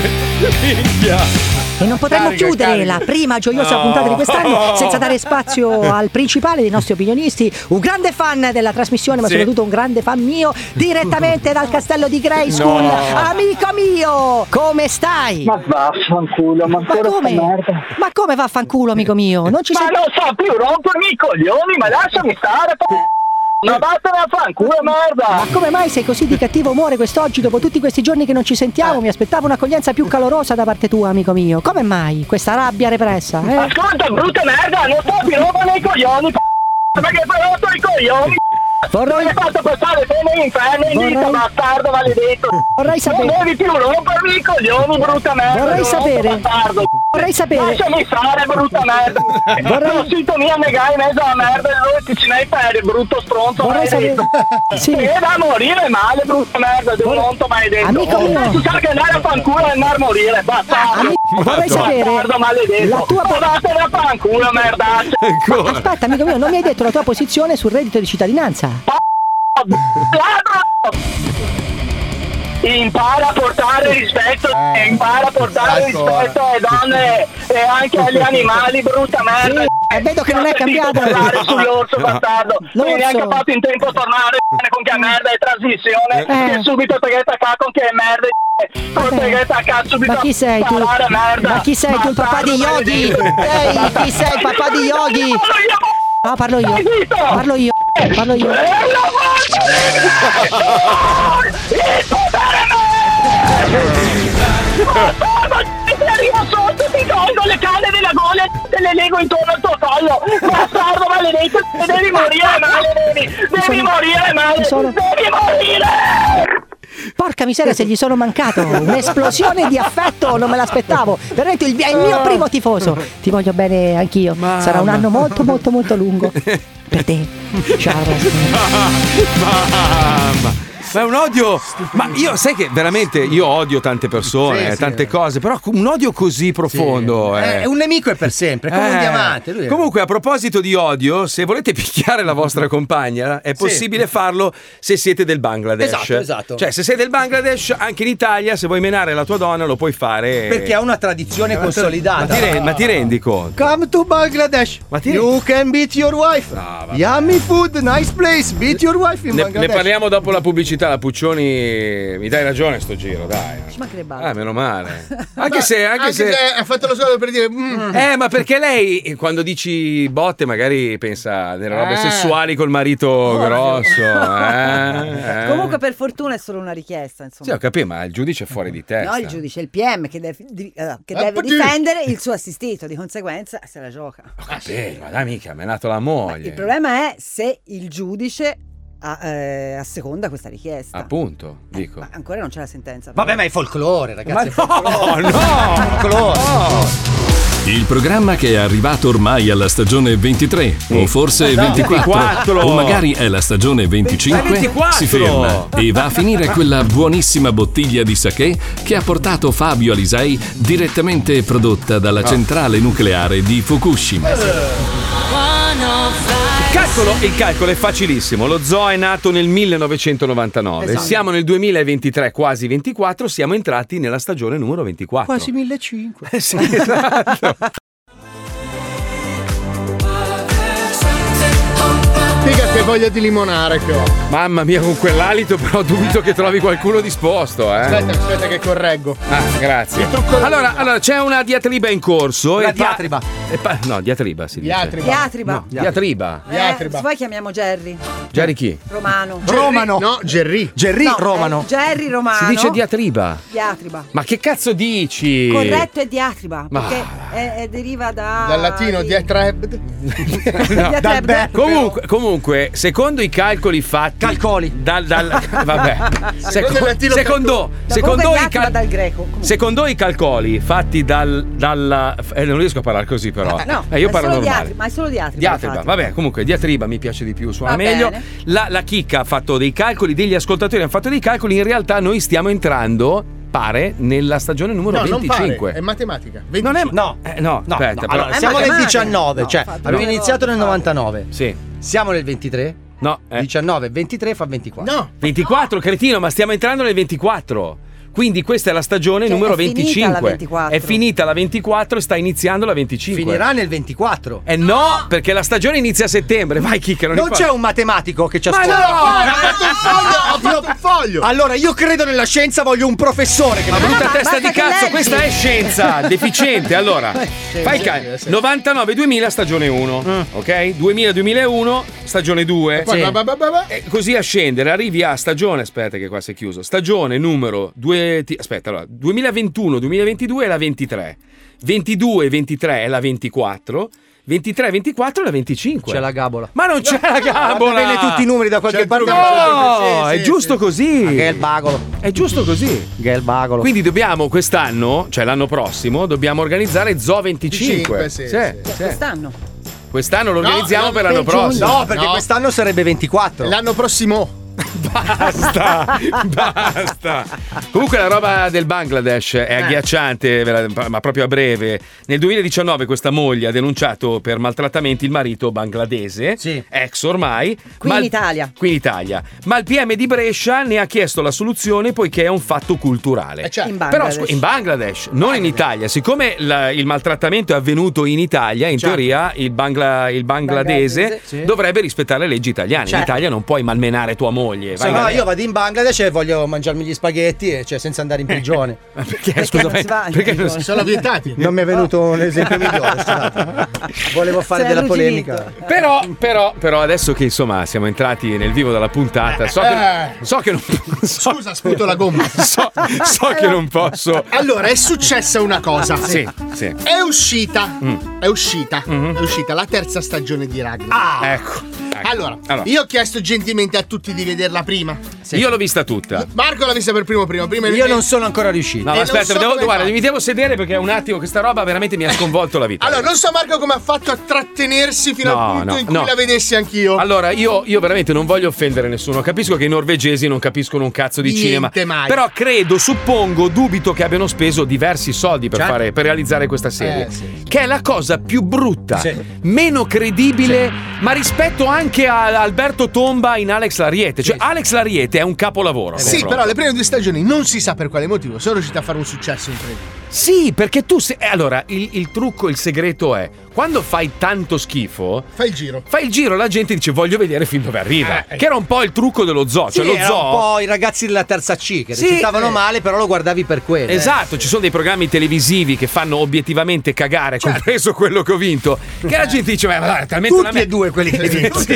E non potremmo carica, chiudere carica. la prima gioiosa no. puntata di quest'anno senza dare spazio al principale dei nostri opinionisti, un grande fan della trasmissione, ma sì. soprattutto un grande fan mio, direttamente dal castello di Grayskull. No. Amico mio, come stai? Ma vaffanculo, ma ancora ma come? merda. Ma come vaffanculo, amico mio? Non ci ma sei... non so più rompermi i coglioni, ma lasciami stare, p***o. Ma vattene a fanculo, merda! Ma come mai sei così di cattivo umore quest'oggi dopo tutti questi giorni che non ci sentiamo? Mi aspettavo un'accoglienza più calorosa da parte tua, amico mio. Come mai? Questa rabbia repressa, eh? Ascolta, brutta merda, non sto più rompere i coglioni, p***o, perché hai rotto i coglioni, Vorrei... mi hai fatto passare bene l'inferno in vita, bastardo maledetto. Vorrei sapere. Non devi più rompermi i coglioni, brutta merda. Vorrei sapere. Bastardo. Vorrei sapere. Lasciami stare, brutta merda. Vorrei... Non sito mia negai in mezzo alla merda e dove ti ce n'hai per brutto stronzo Vorrei maledetto. Sì. E da morire male, brutta merda, di un monto maledetto. Amico mio. Tu sai che andare a fanculo e andare a morire, bastardo. Amico, vorrei sapere. Bastardo maledetto. La tua... Vattene a fanculo, merdaccia. Aspetta, amico mio, non mi hai detto la tua posizione sul reddito di cittadinanza. Impara a portare rispetto, eh, impara a portare rispetto alle donne e anche agli animali, brutta merda. Sì, e vedo che non è cambiato. Sull'orso bastardo, non hai neanche fatto in tempo a tornare con che merda è trasmissione, eh. che subito te che attacca con che merda. Ma chi sei tu? Ma chi sei tu? Il papà di Yogi? Ehi, chi sei il papà di Yogi? No, parlo io. Parlo io. Parlo io. Ti arrivo sotto, ti tolgo le canne della gola e te le lego intorno al tuo collo. Bastardo maledetto, devi morire male, devi, devi morire male, devi morire! Porca miseria, se gli sono mancato. Un'esplosione di affetto, non me l'aspettavo. Veramente il, il mio primo tifoso. Ti voglio bene anch'io. Mamma. Sarà un anno molto molto molto lungo per te. Ciao. Mamma. Ma è un odio. Ma io sai che veramente io odio tante persone, Sì, eh, sì, tante eh. cose, però un odio così profondo. Sì. eh. È un nemico è per sempre, è come un Eh. diamante. Lui è- Comunque, a proposito di odio, se volete picchiare la vostra compagna, è possibile farlo se siete del Bangladesh. Esatto, esatto. Cioè, se sei del Bangladesh, anche in Italia, se vuoi menare la tua donna, lo puoi fare. Perché ha una tradizione consolidata. Ma ti, rendi, ma ti rendi conto? Come to Bangladesh. Ma ti You can beat your wife. Yummy food, nice place. Beat your wife in Ne, Bangladesh. ne parliamo dopo la pubblicità. La Puccioni mi dai ragione sto giro, dai. Ci mancherebbe Ah, meno male. Anche se, anche Anche se... se ha fatto lo solo per dire mm. Eh, ma perché lei quando dici botte magari pensa delle robe Eh. sessuali col marito grosso. Eh, eh. Comunque per fortuna è solo una richiesta, insomma. Sì, ho capito, ma il giudice è fuori di testa. No, il giudice, il P M che deve, di- eh, che Ah, deve perché? difendere il suo assistito, di conseguenza se la gioca. Ho capito, ma dai mica, mi è nato la moglie. Il problema è se il giudice a, eh, asseconda questa richiesta. Appunto, dico. Ma ancora non c'è la sentenza. Vabbè, ma è folklore, ragazzi. Ma no, no, folklore. Il programma che è arrivato ormai alla stagione ventitré, o forse No, ventiquattro, ventiquattro. o magari è la stagione venticinque, ventiquattro. si ferma e va a finire quella buonissima bottiglia di sake che ha portato Fabio Alisei direttamente prodotta dalla centrale nucleare di Fukushima. Il calcolo, il calcolo è facilissimo. Lo zoo è nato nel millenovecentonovantanove. Esatto. Siamo nel duemilaventitré, quasi ventiquattro. Siamo entrati nella stagione numero ventiquattro. Quasi millecinquecento. Eh sì, esatto. Figa che voglia di limonare che ho. Mamma mia, con quell'alito, però dubito che trovi qualcuno disposto, eh. Aspetta, aspetta che correggo. Ah, grazie. Il trucco del- Allora, allora, c'è una diatriba in corso. Una e pa- diatriba. e pa- no, diatriba si dice. Diatriba. Diatriba. No, diatriba. Eh, Diatriba. se poi chiamiamo Jerry. Jerry chi? Romano. Romano. No, Gerry. Gerry No, Romano. eh, Jerry Romano. Si dice diatriba. Diatriba. Ma che cazzo dici? Corretto è diatriba, Ma- perché è- è- deriva da... Dal latino di- diatreb. No. Dal verbo. Comunque, comunque, secondo i calcoli fatti Calcoli. dal, dal vabbè. Secondo il latino secondo, No, secondo comunque i diatriba cal- dal greco. Comunque. secondo i calcoli fatti dal dalla eh, non riesco a parlare così però. No, Eh, io è parlo solo normale. diatriba, ma è solo diatriba. Diatriba, infatti. vabbè, comunque diatriba mi piace di più, suona Va meglio. bene. La, la chicca ha fatto dei calcoli, degli ascoltatori hanno fatto dei calcoli, in realtà noi stiamo entrando, pare, nella stagione numero No, non venticinque. pare, è matematica. Non è No. eh, no, No, aspetta, no, però- allora, È siamo nel matematica. diciannove, No, cioè infatti, abbiamo no. iniziato nel novantanove. Sì. Siamo nel ventitré? No, eh. diciannove, ventitré fa ventiquattro. No. ventiquattro, cretino, ma stiamo entrando nel ventiquattro. Quindi questa è la stagione Cioè, numero è finita venticinque. la ventiquattro. È finita la ventiquattro e sta iniziando la venticinque. Finirà nel ventiquattro. Eh no, perché la stagione inizia a settembre. Vai, Chicca, non, Non ne c'è fa- un matematico che ci Ma ascolta. no! Ho fatto un foglio, ho fatto un foglio. Allora, io credo nella scienza, voglio un professore che Ma mi brutta ma testa basta di che cazzo, leggi. questa è scienza deficiente. Allora, fai ca- novantanove duemila stagione uno, ok? duemila duemilauno stagione due. Poi, Sì. ba, ba, ba, ba, ba. E così a scendere, arrivi a stagione, aspetta che qua si è chiuso, stagione numero due, aspetta, allora, duemilaventuno duemilaventidue è la ventitré, ventidue ventitré è la ventiquattro, ventitré, ventiquattro e la venticinque. C'è la gabola. Ma non c'è la gabola! Bene tutti i numeri da qualche parte. No, Sì, è sì, giusto sì. così. Che è il bagolo. È giusto così. Che è il bagolo. Quindi dobbiamo quest'anno, cioè l'anno prossimo, dobbiamo organizzare Zoo venticinque. Sì, Sì, sì. sì. Quest'anno. Quest'anno lo organizziamo no, per l'anno per giugno. prossimo. No, perché No. quest'anno sarebbe ventiquattro. L'anno prossimo. Basta, basta. Comunque la roba del Bangladesh è agghiacciante, ve la- ma proprio a breve. Nel duemiladiciannove questa moglie ha denunciato per maltrattamenti il marito bangladese, Sì. ex ormai. Qui ma in il- Italia. Qui in Italia. Ma il P M di Brescia ne ha chiesto la soluzione poiché è un fatto culturale. Eh, certo. In Però Bangladesh. scu- in Bangladesh, non in Italia. Siccome la- il maltrattamento è avvenuto in Italia, in Certo. teoria il, bangla- il bangladese Bangladese, sì. dovrebbe rispettare le leggi italiane. Certo. In Italia non puoi malmenare tua moglie. Se vai no, da- io vado in Bangladesh e voglio mangiarmi gli spaghetti, e- cioè senza andare in prigione. Ma perché, Perché scusa, non si va in perché non prigione? si- Sono vietati. Non mi è venuto un esempio migliore, scusate. Volevo fare Sei della arrugginito. polemica. Però, però, però adesso che insomma siamo entrati nel vivo della puntata, so che, so che non so, Scusa, sputo la gomma. so, so che non posso. Allora, è successa una cosa. Sì, sì. È uscita. Mm. È uscita. Mhm. È uscita la terza stagione di Ragnar. Ecco. ecco. Allora, Allora. io ho chiesto gentilmente a tutti di vederla prima. Io l'ho vista tutta. Marco l'ha vista per primo primo. prima Io non sono ancora riuscito. No, E ma non aspetta, so devo, come guarda, fa. mi devo sedere perché un attimo questa roba veramente mi ha sconvolto la vita. Allora, non so Marco come ha fatto a trattenersi fino No, al punto no, in cui no. la vedessi anch'io. Allora, io, io veramente non voglio offendere nessuno. Capisco che i norvegesi non capiscono un cazzo di Niente cinema. mai. Però credo, suppongo, dubito che abbiano speso diversi soldi per, Certo. fare, per realizzare questa serie. Eh, sì. Che è la cosa più brutta, Sì. meno credibile, ma rispetto anche a Alberto Tomba in Alex Lariete. Cioè, Alex Lariete è un capolavoro. Sì, proprio. però le prime due stagioni non si sa per quale motivo sono riusciti a fare un successo incredibile. Sì, perché tu sei. eh, Allora, il, il trucco, il segreto è quando fai tanto schifo. Fai il giro. Fai il giro, la gente dice voglio vedere fin dove arriva. Eh, che era un po' il trucco dello zoo. Sì, Cioè, lo era zoo. un po' i ragazzi della terza C che Sì, recitavano eh. male, però lo guardavi per quello. Esatto, ci sono dei programmi televisivi che fanno obiettivamente cagare, Certo. compreso quello che ho vinto. Che la gente dice: Ma guarda, è talmente Tutti una e due quelli che hai vinto. Sì,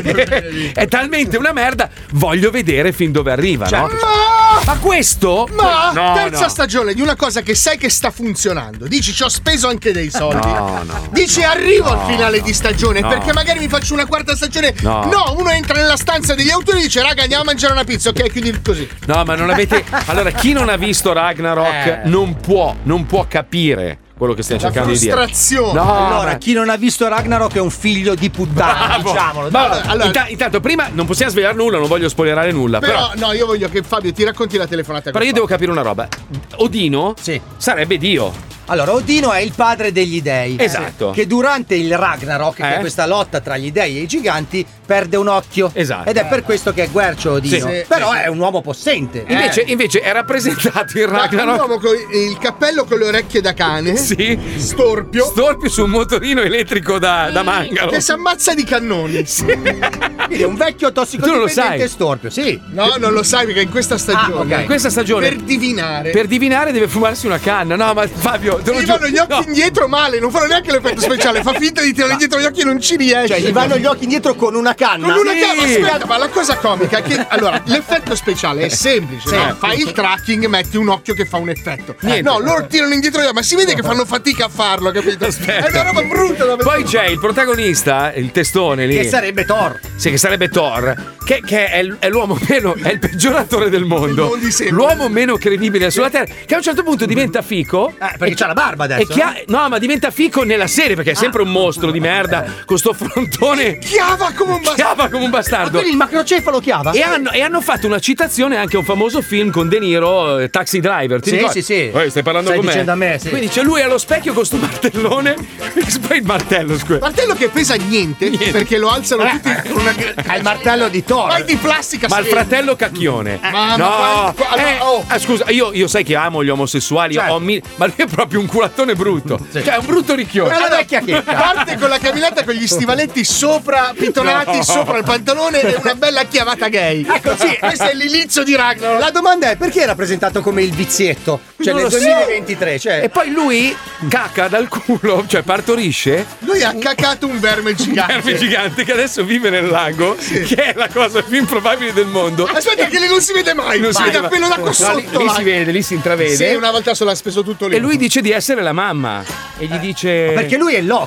è talmente una merda, voglio vedere fin dove arriva, no? Ma, Ma questo. ma no, terza no. stagione di una cosa che sai che sta funzionando. Dici ci ho speso anche dei soldi. No, no. Dici arrivo No, al finale di stagione no. perché magari mi faccio una quarta stagione. No. uno entra nella stanza degli autori e dice raga andiamo a mangiare una pizza. Ok, chiudi così. No, ma non avete. Allora, chi non ha visto Ragnarok Eh. non può, non può capire quello che stiamo La cercando di dire. frustrazione. No, Allora, ma- chi non ha visto Ragnarok è un figlio di puttana, Bravo. diciamolo. Ma allora, Allora- inta- intanto, prima non possiamo svegliare nulla, non voglio spoilerare nulla. Però, Però no, io voglio che Fabio ti racconti la telefonata. però con io devo capire una roba. Odino Sì. sarebbe Dio. Allora, Odino è il padre degli dei. Esatto. Che durante il Ragnarok, che Eh? è questa lotta tra gli dei e i giganti, perde un occhio. Esatto. Ed è per questo che è Guercio Odino. Sì. Però è un uomo possente. Invece, Eh. invece è rappresentato in Ma un Ragnarok. uomo con il cappello con le orecchie da cane. Sì. Storpio. Storpio su un motorino elettrico da, da mangalo. Che si ammazza di cannoni. Quindi è un vecchio Tu non lo tossicodipendente sai. storpio, sì. No, non lo sai perché in questa stagione. Ah, ok. In questa stagione. Per divinare. Per divinare deve fumarsi una canna. No, ma Fabio, te lo Gli giuro. vanno gli occhi No. indietro male, non fanno neanche l'effetto speciale. Fa finta di tirare indietro gli occhi e non ci riesce. Cioè, gli vanno gli occhi indietro con una canna. Con una Sì. canna, aspetta, ma la cosa comica è che allora l'effetto speciale è semplice. Sì. No? Fai il tracking, metti un occhio che fa un effetto. Niente. No, loro tirano indietro gli occhi, ma si vede che fanno fatica a farlo, capito? È una roba brutta da vedere. Poi c'è il protagonista, il testone lì. Che sarebbe Thor. Sì, che sarebbe Thor, che, che è, l- è l'uomo meno, è il peggio attore del mondo, Il mondo di sempre. l'uomo meno credibile sulla terra, che a un certo punto diventa fico. Eh, perché c'ha la barba adesso. E chi ha- no, ma diventa fico nella serie perché è sempre un mostro di merda con sto frontone. Chiava come un bastardo. Chiava come un Ma bastardo. quindi il macrocefalo chiava? E hanno, e hanno fatto una citazione anche a un famoso film con De Niro, eh, Taxi Driver. Ti Sì, ricordi? sì, sì. Poi stai parlando Stai con me. dicendo a me, sì. Quindi c'è lui allo specchio con sto martellone. Poi il martello, scusa. Martello che pesa niente, Niente. perché lo alzano tutti con una. È il martello di Thor. Ma è di plastica. Ma il sfera. fratello cacchione. Ma- no, ma qua- qua- eh, oh. ah, scusa, io, io sai che amo gli omosessuali, Certo. ho mi- ma lui è proprio un culattone brutto. Sì. Cioè, è un brutto ricchione. È una vecchia checca. Parte con la camminata con gli stivaletti sopra, pitonati No. sopra il pantalone e una bella chiavata gay. Ecco, sì, questo è l'inizio di Ragnarok. La domanda è perché è rappresentato come il vizietto? Cioè Non nel lo so. duemilaventitré, cioè E poi lui caca dal culo, cioè partorisce Lui ha cacato un verme un gigante. verme gigante che adesso vive nel lago, che è la cosa più improbabile del mondo. Aspetta, che lì non si vede mai. Non si vede ma- appena da qua no, lì, sotto. lì là. si vede, lì si intravede. Sì, una volta solo ha speso tutto lì. E lui dice di essere la mamma. E gli dice. perché lui è Loki.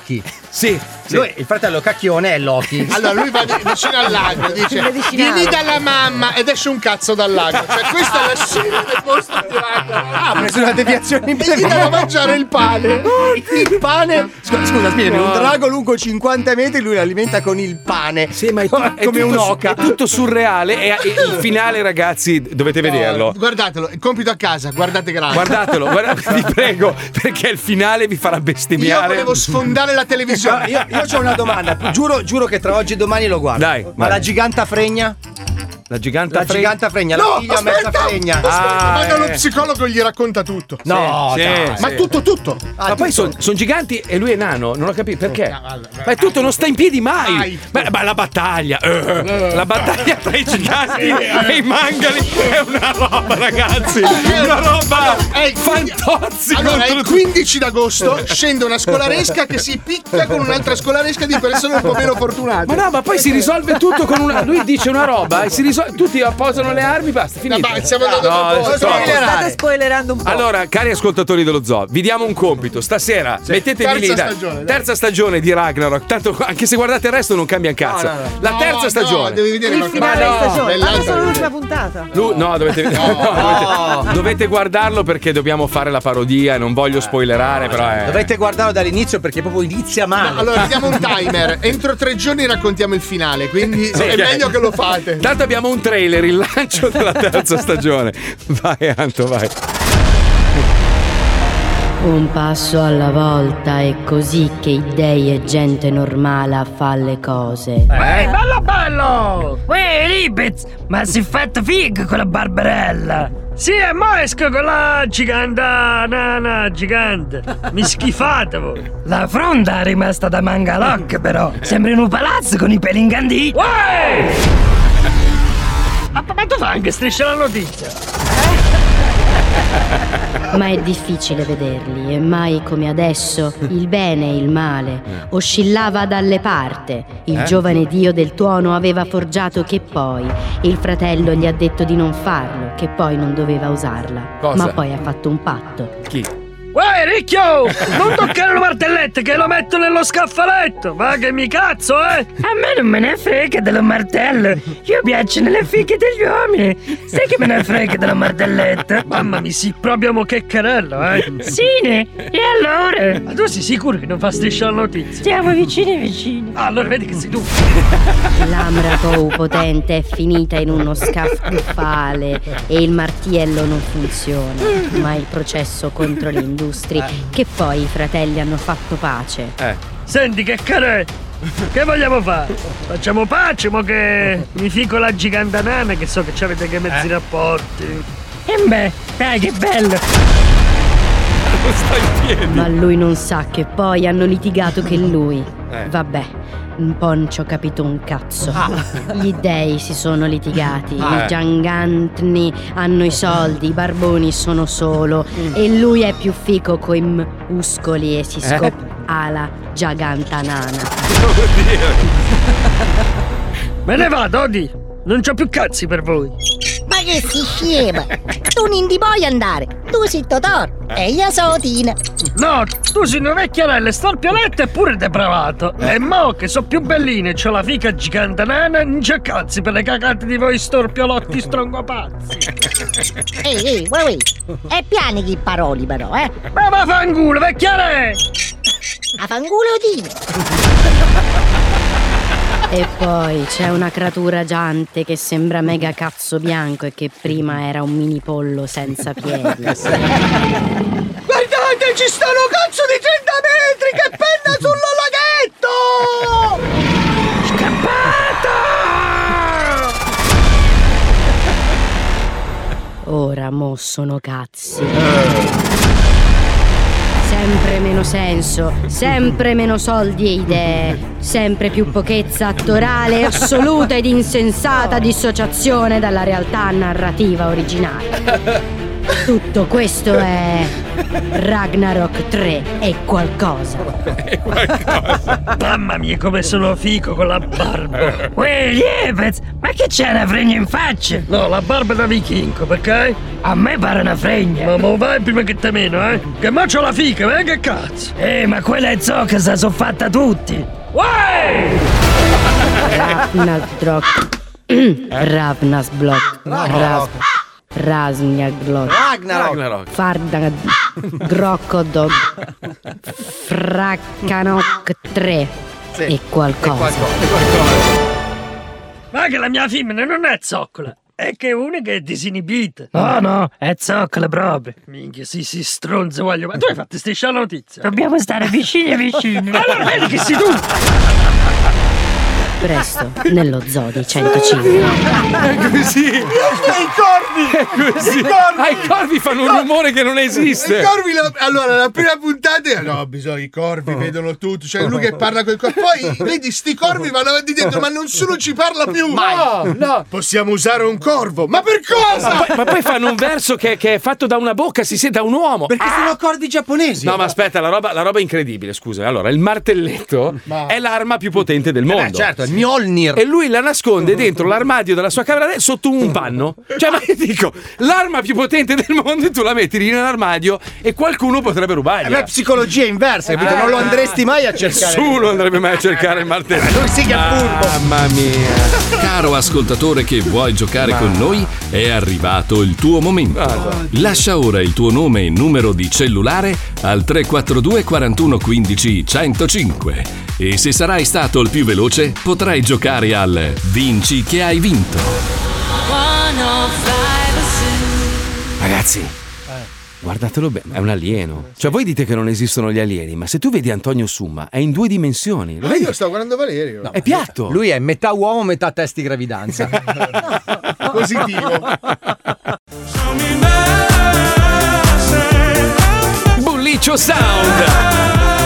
Sì. Lui, il fratello cacchione è Loki. Allora lui va vicino al lago, dice Medicinale. vieni dalla mamma ed esce un cazzo dal lago. Cioè questa è la scena del mostro di Ragnar. Ah, ha preso una deviazione in E gli dava mangiare il pane. Il pane. Scusa, scusa spiegami, un drago lungo cinquanta metri, lui lo alimenta con il pane. Sì, ma è, come è tutto, un'oca. È tutto surreale. E, e il finale, ragazzi, dovete vederlo. Guardatelo, il compito a casa, guardate grande. Guardatelo, guardate, vi prego, perché il finale vi farà Io bestemmiare. volevo sfondare la televisione. Io, io ho una domanda, giuro, giuro che tra oggi e domani lo guardo. Dai, ma vai. la giganta fregna? La giganta La fregna. giganta fregna, No, la figlia aspetta, mezza fregna. aspetta, Ah, va dallo eh. psicologo e gli racconta tutto. No, Sì, dai. sì. Ma tutto, tutto. Ah, Ma poi tutto. sono giganti e lui è nano, non ho capito perché. No, allora, Ma è tutto, non sta in piedi mai. Mai. Ma, ma la battaglia, eh, la battaglia tra i giganti e i mangali è una roba, ragazzi. Una roba È il fantozzi Allora, contro il quindici d'agosto scende una scolaresca che si picchia con un'altra scolaresca di persone un po' meno fortunate. Ma no, ma poi si risolve tutto con una. Lui dice una roba e si risolve. Tutti appoggiano le armi, basta, finito. Ma stiamo andando No, un po'. adesso stop. State spoilerando un po'. Allora, cari ascoltatori dello Zoo, vi diamo un compito. Stasera mettetevi terza lì. dai. stagione, dai. Terza stagione di Ragnarok. Tanto anche se guardate il resto non cambia un cazzo. No, no, no. La No, terza no, stagione. devi vedere Il la- finale Ma di no, stagione. Ma bell'altra. solo l'ultima puntata. Lu- no, dovete, no, dovete, dovete guardarlo perché dobbiamo fare la parodia e non voglio spoilerare, però è. Dovete guardarlo dall'inizio perché proprio inizia male. No, allora diamo un timer. Entro tre giorni raccontiamo il finale, quindi è ok. meglio che lo fate. Tanto abbiamo un trailer, il lancio della terza stagione. Vai, Anto, vai. Un passo alla volta è così che i dei e gente normale fa le cose. Ehi, bello bello! Uè, Libez, ma si è fatto figo con la Barbarella! Sì, e mo esco con la giganta, nana, gigante. Mi schifate voi. La fronda è rimasta da mangalocche, però. Sembri in un palazzo con i peli inganditi. Uè! Ma, ma tu fai anche striscia la notizia? Ma è difficile vederli e mai come adesso il bene e il male oscillava dalle parti. Il Eh? giovane dio del tuono aveva forgiato che poi il fratello gli ha detto di non farlo, che poi non doveva usarla. Cosa? Ma poi ha fatto un patto. Chi? Uè, ricchio! Non toccare le martellette che lo metto nello scaffaletto! Va che mi cazzo, eh! A me non me ne frega dello martello! Io piacciono le fighe degli uomini! Sai che me ne frega della martelletta? Mamma mi si proprio mo che carello, eh! Sì, ne? E allora? Ma tu sei sicuro che non fa striscia la notizia? Siamo vicini vicini! Ah, allora vedi che sei tu! L'Amratou potente è finita in uno scaffale e il martiello non funziona. Ma il processo contro l'industria, che poi i fratelli hanno fatto pace. Eh. Senti che carè! Che vogliamo fare? Facciamo pace, mo che mi fico la giganta nana che so che ci avete che mezzi rapporti. E beh, dai che bello! Sta in piedi. Ma lui non sa che poi hanno litigato che lui. Eh. Vabbè, un po' non ci ho capito un cazzo. Gli dei si sono litigati, Ah. i Giangantni hanno i soldi, i barboni sono solo e lui è più fico coi muscoli e si Eh? scoppa la Gigantanana. Me ne vado, Odi! Non c'ho più cazzi per voi! Ma che si scema? Tu non ti puoi andare, tu sei Totoro e io sono Tina. No, tu sei una vecchiarella storpioletta e pure depravato. E mo che so più belline, c'ho la fica gigante nana, non c'è cazzi per le cagate di voi storpiolotti strongopazzi. Ehi, ehi, uè, uè. E piani che paroli però, eh? Ma vaffanculo, vecchiare! A fanculo Tina. E poi c'è una creatura giante che sembra mega cazzo bianco e che prima era un mini pollo senza piedi. Guardate, ci stanno cazzo di trenta metri che penna sullo laghetto! Scappato! Ora mo sono cazzi. Sempre meno senso, sempre meno soldi e idee, sempre più pochezza attorale assoluta ed insensata dissociazione dalla realtà narrativa originale. Tutto questo è Ragnarok tre e qualcosa. Mamma mia, come sono fico con la barba. Uè, Liepez, ma che c'è una fregna in faccia? No, la barba da vichingo, perché? A me pare una fregna. Ma mo vai prima che te meno, eh? Che mo c'ho la fica, eh? Che cazzo? Eh, ma quella è zocca, se la so fatta tutti. Uè! Ragnarok. Ravnasblok. Ras... Rasnjaglok. Ragnarok. Farda Grockodog. Fraccanok tre. Sì. E qualcosa. Ma che la mia femmina non è zoccola. È che è una che è disinibita. No, no, è zoccola proprio. Minchia, sì, sì, stronzo voglio. Ma tu hai fatto striscia la notizia? Dobbiamo stare vicini e vicini. Allora vedi che sei tu. Presto, nello zoo di centocinque. È così. I corvi! È così. I corvi! Ah, i corvi fanno un rumore che non esiste. I corvi, lo... allora, la prima puntata. No, bisogna, i corvi vedono tutto. Cioè, lui che parla con i corvi. Poi, vedi, sti corvi vanno avanti dentro, ma nessuno ci parla più. No, no. Possiamo usare un corvo. Ma per cosa? Ma poi, ma poi fanno un verso che, che è fatto da una bocca, si sente da un uomo. Perché ah. sono accordi giapponesi. No, ma aspetta, la roba, la roba è incredibile, scusa. Allora, il martelletto ma... è l'arma più potente del mondo. Eh, certo, il Mjolnir. E lui la nasconde dentro l'armadio della sua camera sotto un panno. Cioè, ma io dico, l'arma più potente del mondo e tu la metti lì nell'armadio e qualcuno potrebbe rubarla. È una psicologia inversa, capito? Non lo andresti mai a cercare. Nessuno andrebbe mai a cercare il martello. Lui sì che è furbo. Mamma mia. Caro ascoltatore che vuoi giocare con noi, è arrivato il tuo momento. Lascia ora il tuo nome e numero di cellulare al tre quattro due quarantuno quindici centocinque. E se sarai stato il più veloce, potrai giocare al Vinci che hai vinto. Ragazzi, guardatelo bene, è un alieno. Cioè, voi dite che non esistono gli alieni, ma se tu vedi Antonio Summa, è in due dimensioni. Lo Ma vedi? io sto guardando Valerio. No, è piatto. Lui è metà uomo, metà test di gravidanza. Positivo. Bulliccio Sound.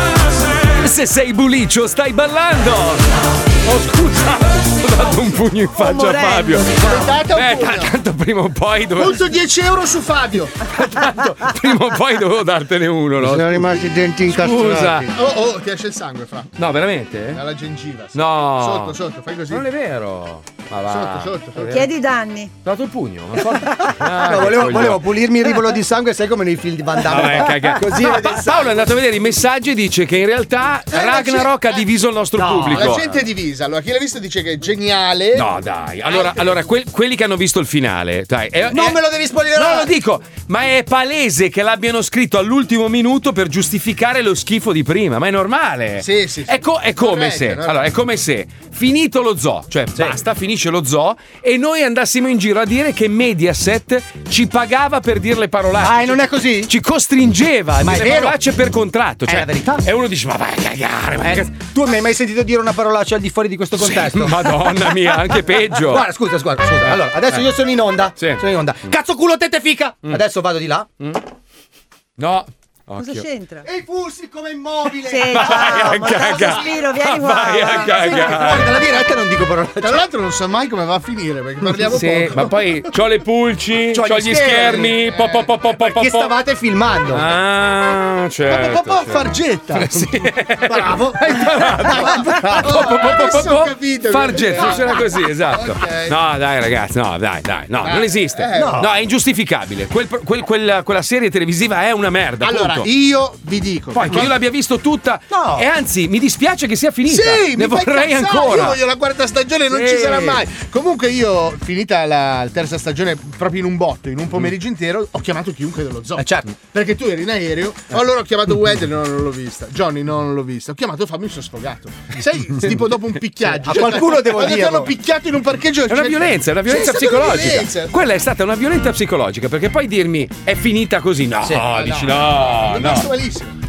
Se sei bulliccio, stai ballando. Oh, scusa, ho dato un pugno in faccia a Fabio. Eh, t- tanto prima o poi dovevo. Punto dieci euro su Fabio. Tanto prima o poi dovevo dartene uno, no? Sono rimasti i denti incastrati. Oh, oh, ti esce il sangue, Fra. No, veramente? Dalla gengiva. Sì. No. Sotto, sotto, fai così. Non è vero. Ma va. Sotto, sotto, sotto. Chiedi danni. Ho dato il pugno. Ah, no, volevo, volevo pulirmi il rivolo di sangue, sai come nei film di Van Damme. Vabbè, caga. Così No, vede il Pa- sangue. Paolo è andato a vedere i messaggi e dice che in realtà Eh, Ragnarok la ha diviso il nostro No, pubblico. la gente è divisa. Allora, chi l'ha visto dice che è geniale. No, dai. Allora, allora que- quelli che hanno visto il finale, dai, è- Non è- me lo devi spoilerare. No, lo dico, ma è palese che l'abbiano scritto all'ultimo minuto per giustificare lo schifo di prima, ma è normale. Sì, sì, sì. È, co- è come Corretto, se, no? allora, è come se finito lo zoo, cioè basta, finisce lo zoo e noi andassimo in giro a dire che Mediaset ci pagava per dire le parolacce. Ah, e non è così? Ci costringeva a Ma dire è le vero. parolacce per contratto, È cioè, la verità. E uno dice, ma vai a cagare, ma che Eh, cazzo- tu mi hai mai sentito dire una parolaccia al di fuori di questo contesto? Madonna mia, anche peggio. Guarda, scusa, scusa, scusa. Allora, adesso Eh. io sono in onda. Sì. Sono in onda. Cazzo culo tette fica. Adesso vado di là. No. Cosa Occhio. c'entra? E i fussi come immobile. Sì, Vai ciao, a ma dai, cagare. sospiro, vieni qua. Vai a va. cagare. Fuori dalla diretta non dico parolacce. Tra l'altro non so mai come va a finire perché parliamo Sì, poco. ma poi c'ho le pulci, c'ho, C'ho gli gli schermi, schermi. po, po, po, po, po, po, Che po. stavate filmando. Ah, certo. Po, po, po, certo. Fargetta. Sì. Bravo. Hai imparato. Po, po, po, po, Adesso po, ho po. capito. Farget, funziona così, esatto. Ok. No, dai ragazzi, no, dai, dai, no, non esiste. eh, no. no. è ingiustificabile. Quel, quel- quella, quella serie televisiva è una merda, Allora, punto. io vi dico. Poi che io l'abbia visto tutta No. e anzi mi dispiace che sia finita. Sì, ne mi fai vorrei cazzare, ancora. Io voglio la quarta stagione, non Sì. ci sarà mai. Comunque, io, finita la terza stagione, proprio in un botto, in un pomeriggio intero, ho chiamato chiunque dello zoo. Eh, certo. Perché tu eri in aereo, allora ho chiamato Wendell, no, non l'ho vista. Johnny, no, non l'ho vista. Ho chiamato Fabio, mi sono sfogato. Sai, tipo dopo un picchiaggio. A qualcuno devo quando dirlo. ti hanno picchiato in un parcheggio. È una violenza, è una violenza Sì, è stata una psicologica. violenza. Quella è stata una violenza psicologica, perché poi dirmi è finita così, no, Sì. dici no, È no. rimasto malissimo.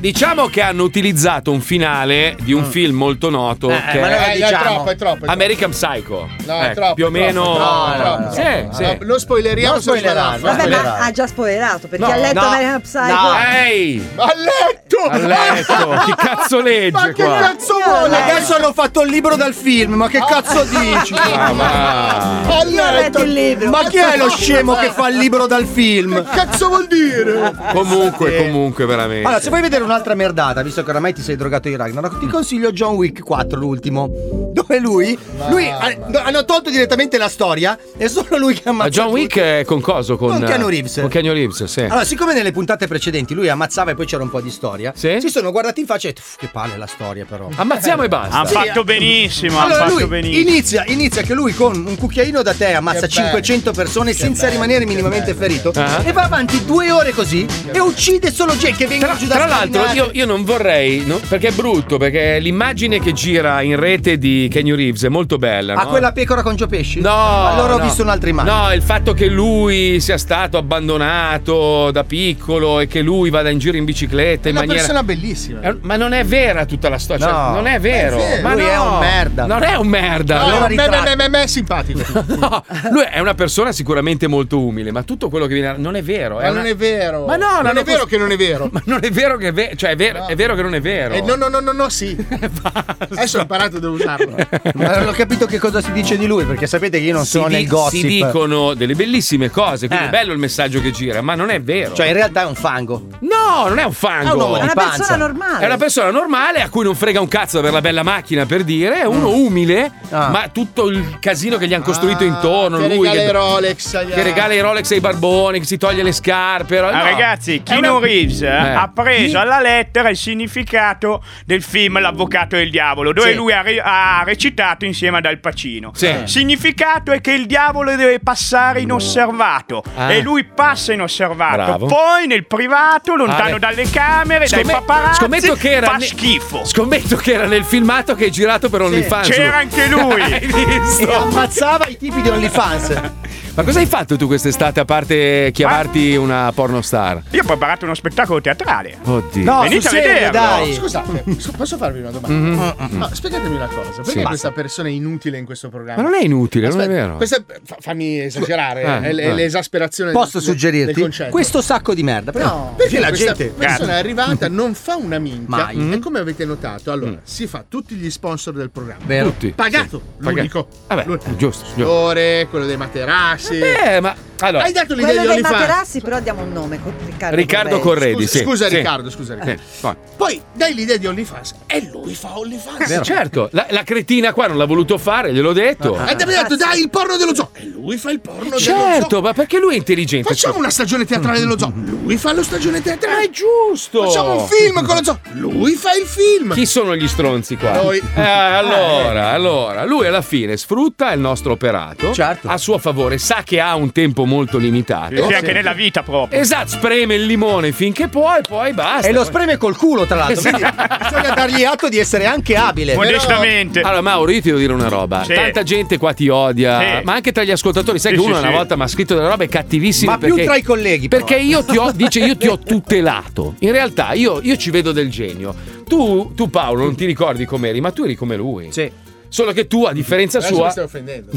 diciamo che hanno utilizzato un finale di un mm. film molto noto eh, che ma è, è, diciamo, è troppo, è troppo, è American Psycho. No, eh, è troppo, più o meno troppo, no, no, no, sì, no, sì. no, lo spoileriamo, non spoilerare, vabbè, ma ha già spoilerato perché no, ha letto no, American Psycho. No, ehi! Ha letto! Ha letto! Chi cazzo legge ma che qua? cazzo vuole? Adesso hanno fatto il libro dal film, ma che cazzo dici? Ah, ma... Ha letto il libro. Ma chi è lo scemo che fa il libro dal film? Che cazzo vuol dire? Comunque, Sì. comunque, veramente. Allora, se vuoi vedere un'altra merdata, visto che oramai ti sei drogato di Ragnarok, ti consiglio John Wick quattro, l'ultimo. Dove lui, Ma... lui ha- hanno tolto direttamente la storia e solo lui che Ma ammazza. John Wick è con coso? Con, Con Keanu Reeves. Con Keanu Reeves, sì. Allora, siccome nelle puntate precedenti lui ammazzava e poi c'era un po' di storia, Sì? si sono guardati in faccia e "Uff, che palle la storia però. Ammazziamo e basta. Hanno Sì, fatto eh. benissimo, hanno Allora fatto lui benissimo. inizia, inizia che lui con un cucchiaino da tè ammazza Che cinquecento persone Che senza bello, rimanere minimamente bello. ferito Ah. e va avanti due ore così e uccide solo gente che vengono Tra, giù da tra l'altro scalinate. io, io non vorrei no, perché è brutto, perché l'immagine che gira in rete di Keanu Reeves è molto bella, no? A quella pecora con Gio Pesci? No, allora ho no. visto un'altra immagine. No, il fatto che lui sia stato abbandonato da piccolo e che lui vada in giro in bicicletta È in una maniera persona bellissima. È un- ma non è vera tutta la storia, cioè, No. non è vero. È vero. Ma Lui no, è un merda. Non è un merda. No, no. allora me, me, ritratto. me, me, me è simpatico. No, lui è una persona sicuramente molto umile, ma tutto quello che viene non è vero. Ma una- non è vero. Ma no, non l'hanno è vero cos- che non è vero. Ma non è vero che è vero, cioè è vero, No. è vero che non è vero. Eh, no, no, no, no, no, sì. Adesso ho imparato dove usarlo. Ma non ho capito che cosa si dice di lui, perché sapete che io non si, sono di- nel gossip. si dicono delle bellissime cose, quindi Eh. è bello il messaggio che gira, ma non è vero. Cioè in realtà è un fango. no, non è un fango. È un uomo È di una panza. persona normale. È una persona normale a cui non frega un cazzo di avere la bella macchina, per dire, è uno umile, Ah. ma tutto il casino che gli hanno costruito intorno, che lui regala i Rolex agli che regala i Rolex ai barboni, che si toglie le scarpe. Ah, no. ragazzi, È Keanu una- Reeves eh, Eh. ha preso alla lettera il significato del film L'avvocato del diavolo, dove Sì. lui ha, re- ha recitato insieme ad Al Pacino. Sì. Il significato è che il diavolo deve passare inosservato Ah. e lui passa inosservato. Bravo. Poi nel privato, lontano Ah, dalle camere, dai Scomme- paparazzi, scommetto che era fa ne- schifo. Scommetto che era nel filmato che hai girato per OnlyFans. C'era anche lui. Hai visto? E ammazzava i tipi di OnlyFans. Ma cosa hai fatto tu quest'estate a parte chiamarti una pornostar? Io ho preparato uno spettacolo teatrale. Oddio. No, Venite sul a serio, vederlo. dai. Scusate, s- posso farvi una domanda? Mhm. No, spiegatemi una cosa. Perché Sì. questa persona è inutile in questo programma? Ma non è inutile, non è Aspetta, vero. Questa, fa- fammi esagerare, Eh, è, l- è eh. l'esasperazione Posso del, del suggerirti concetto. questo sacco di merda? Però No, perché la questa gente persona è arrivata, non fa una minchia. Mai. Mm. E come avete notato, allora si fa tutti gli sponsor del programma. Vero. Tutti. Pagato, Sì. l'unico. Vabbè, L'unico. giusto, giusto. L'attore, quello dei materassi. Eh, ma allora, Hai dato l'idea Quello di dei OnlyFans. materassi, però diamo un nome, con Riccardo, Riccardo Corredi. Corredi, Scusa, sì. scusa sì. Riccardo, scusa Riccardo. Sì, vai. Poi dai l'idea di OnlyFans e lui fa OnlyFans. Eh, certo, la, la cretina qua non l'ha voluto fare, gliel'ho detto. E ti abbiamo detto dai il porno dello zoo. E lui fa il porno dello zoo. Certo, ma perché lui è intelligente. Facciamo una stagione teatrale dello zoo. Lui fa la stagione teatrale. È giusto. Facciamo un film con lo zoo. Lui fa il film. Chi sono gli stronzi qua? Noi. Eh, allora, allora, lui alla fine sfrutta il nostro operato Certo. a suo favore, sa che ha un tempo molto limitato. Sì, anche nella vita proprio. Esatto, spreme il limone finché può e poi basta. e lo Poi- spreme col culo, tra l'altro. Quindi bisogna dargli atto di essere anche abile. Modestamente. Allora, Mauro, io ti devo dire una roba. Sì. Tanta gente qua ti odia, Sì. ma anche tra gli ascoltatori. Sai Sì, che sì, uno sì. una volta mi ha scritto delle robe cattivissime. Ma perché, più tra i colleghi. però. Perché io ti ho, dice, io ti ho tutelato. In realtà, io, io ci vedo del genio. Tu, tu, Paolo, non ti ricordi com'eri, ma tu eri come lui. Sì. Solo che tu, a differenza Adesso sua. mi stai offendendo.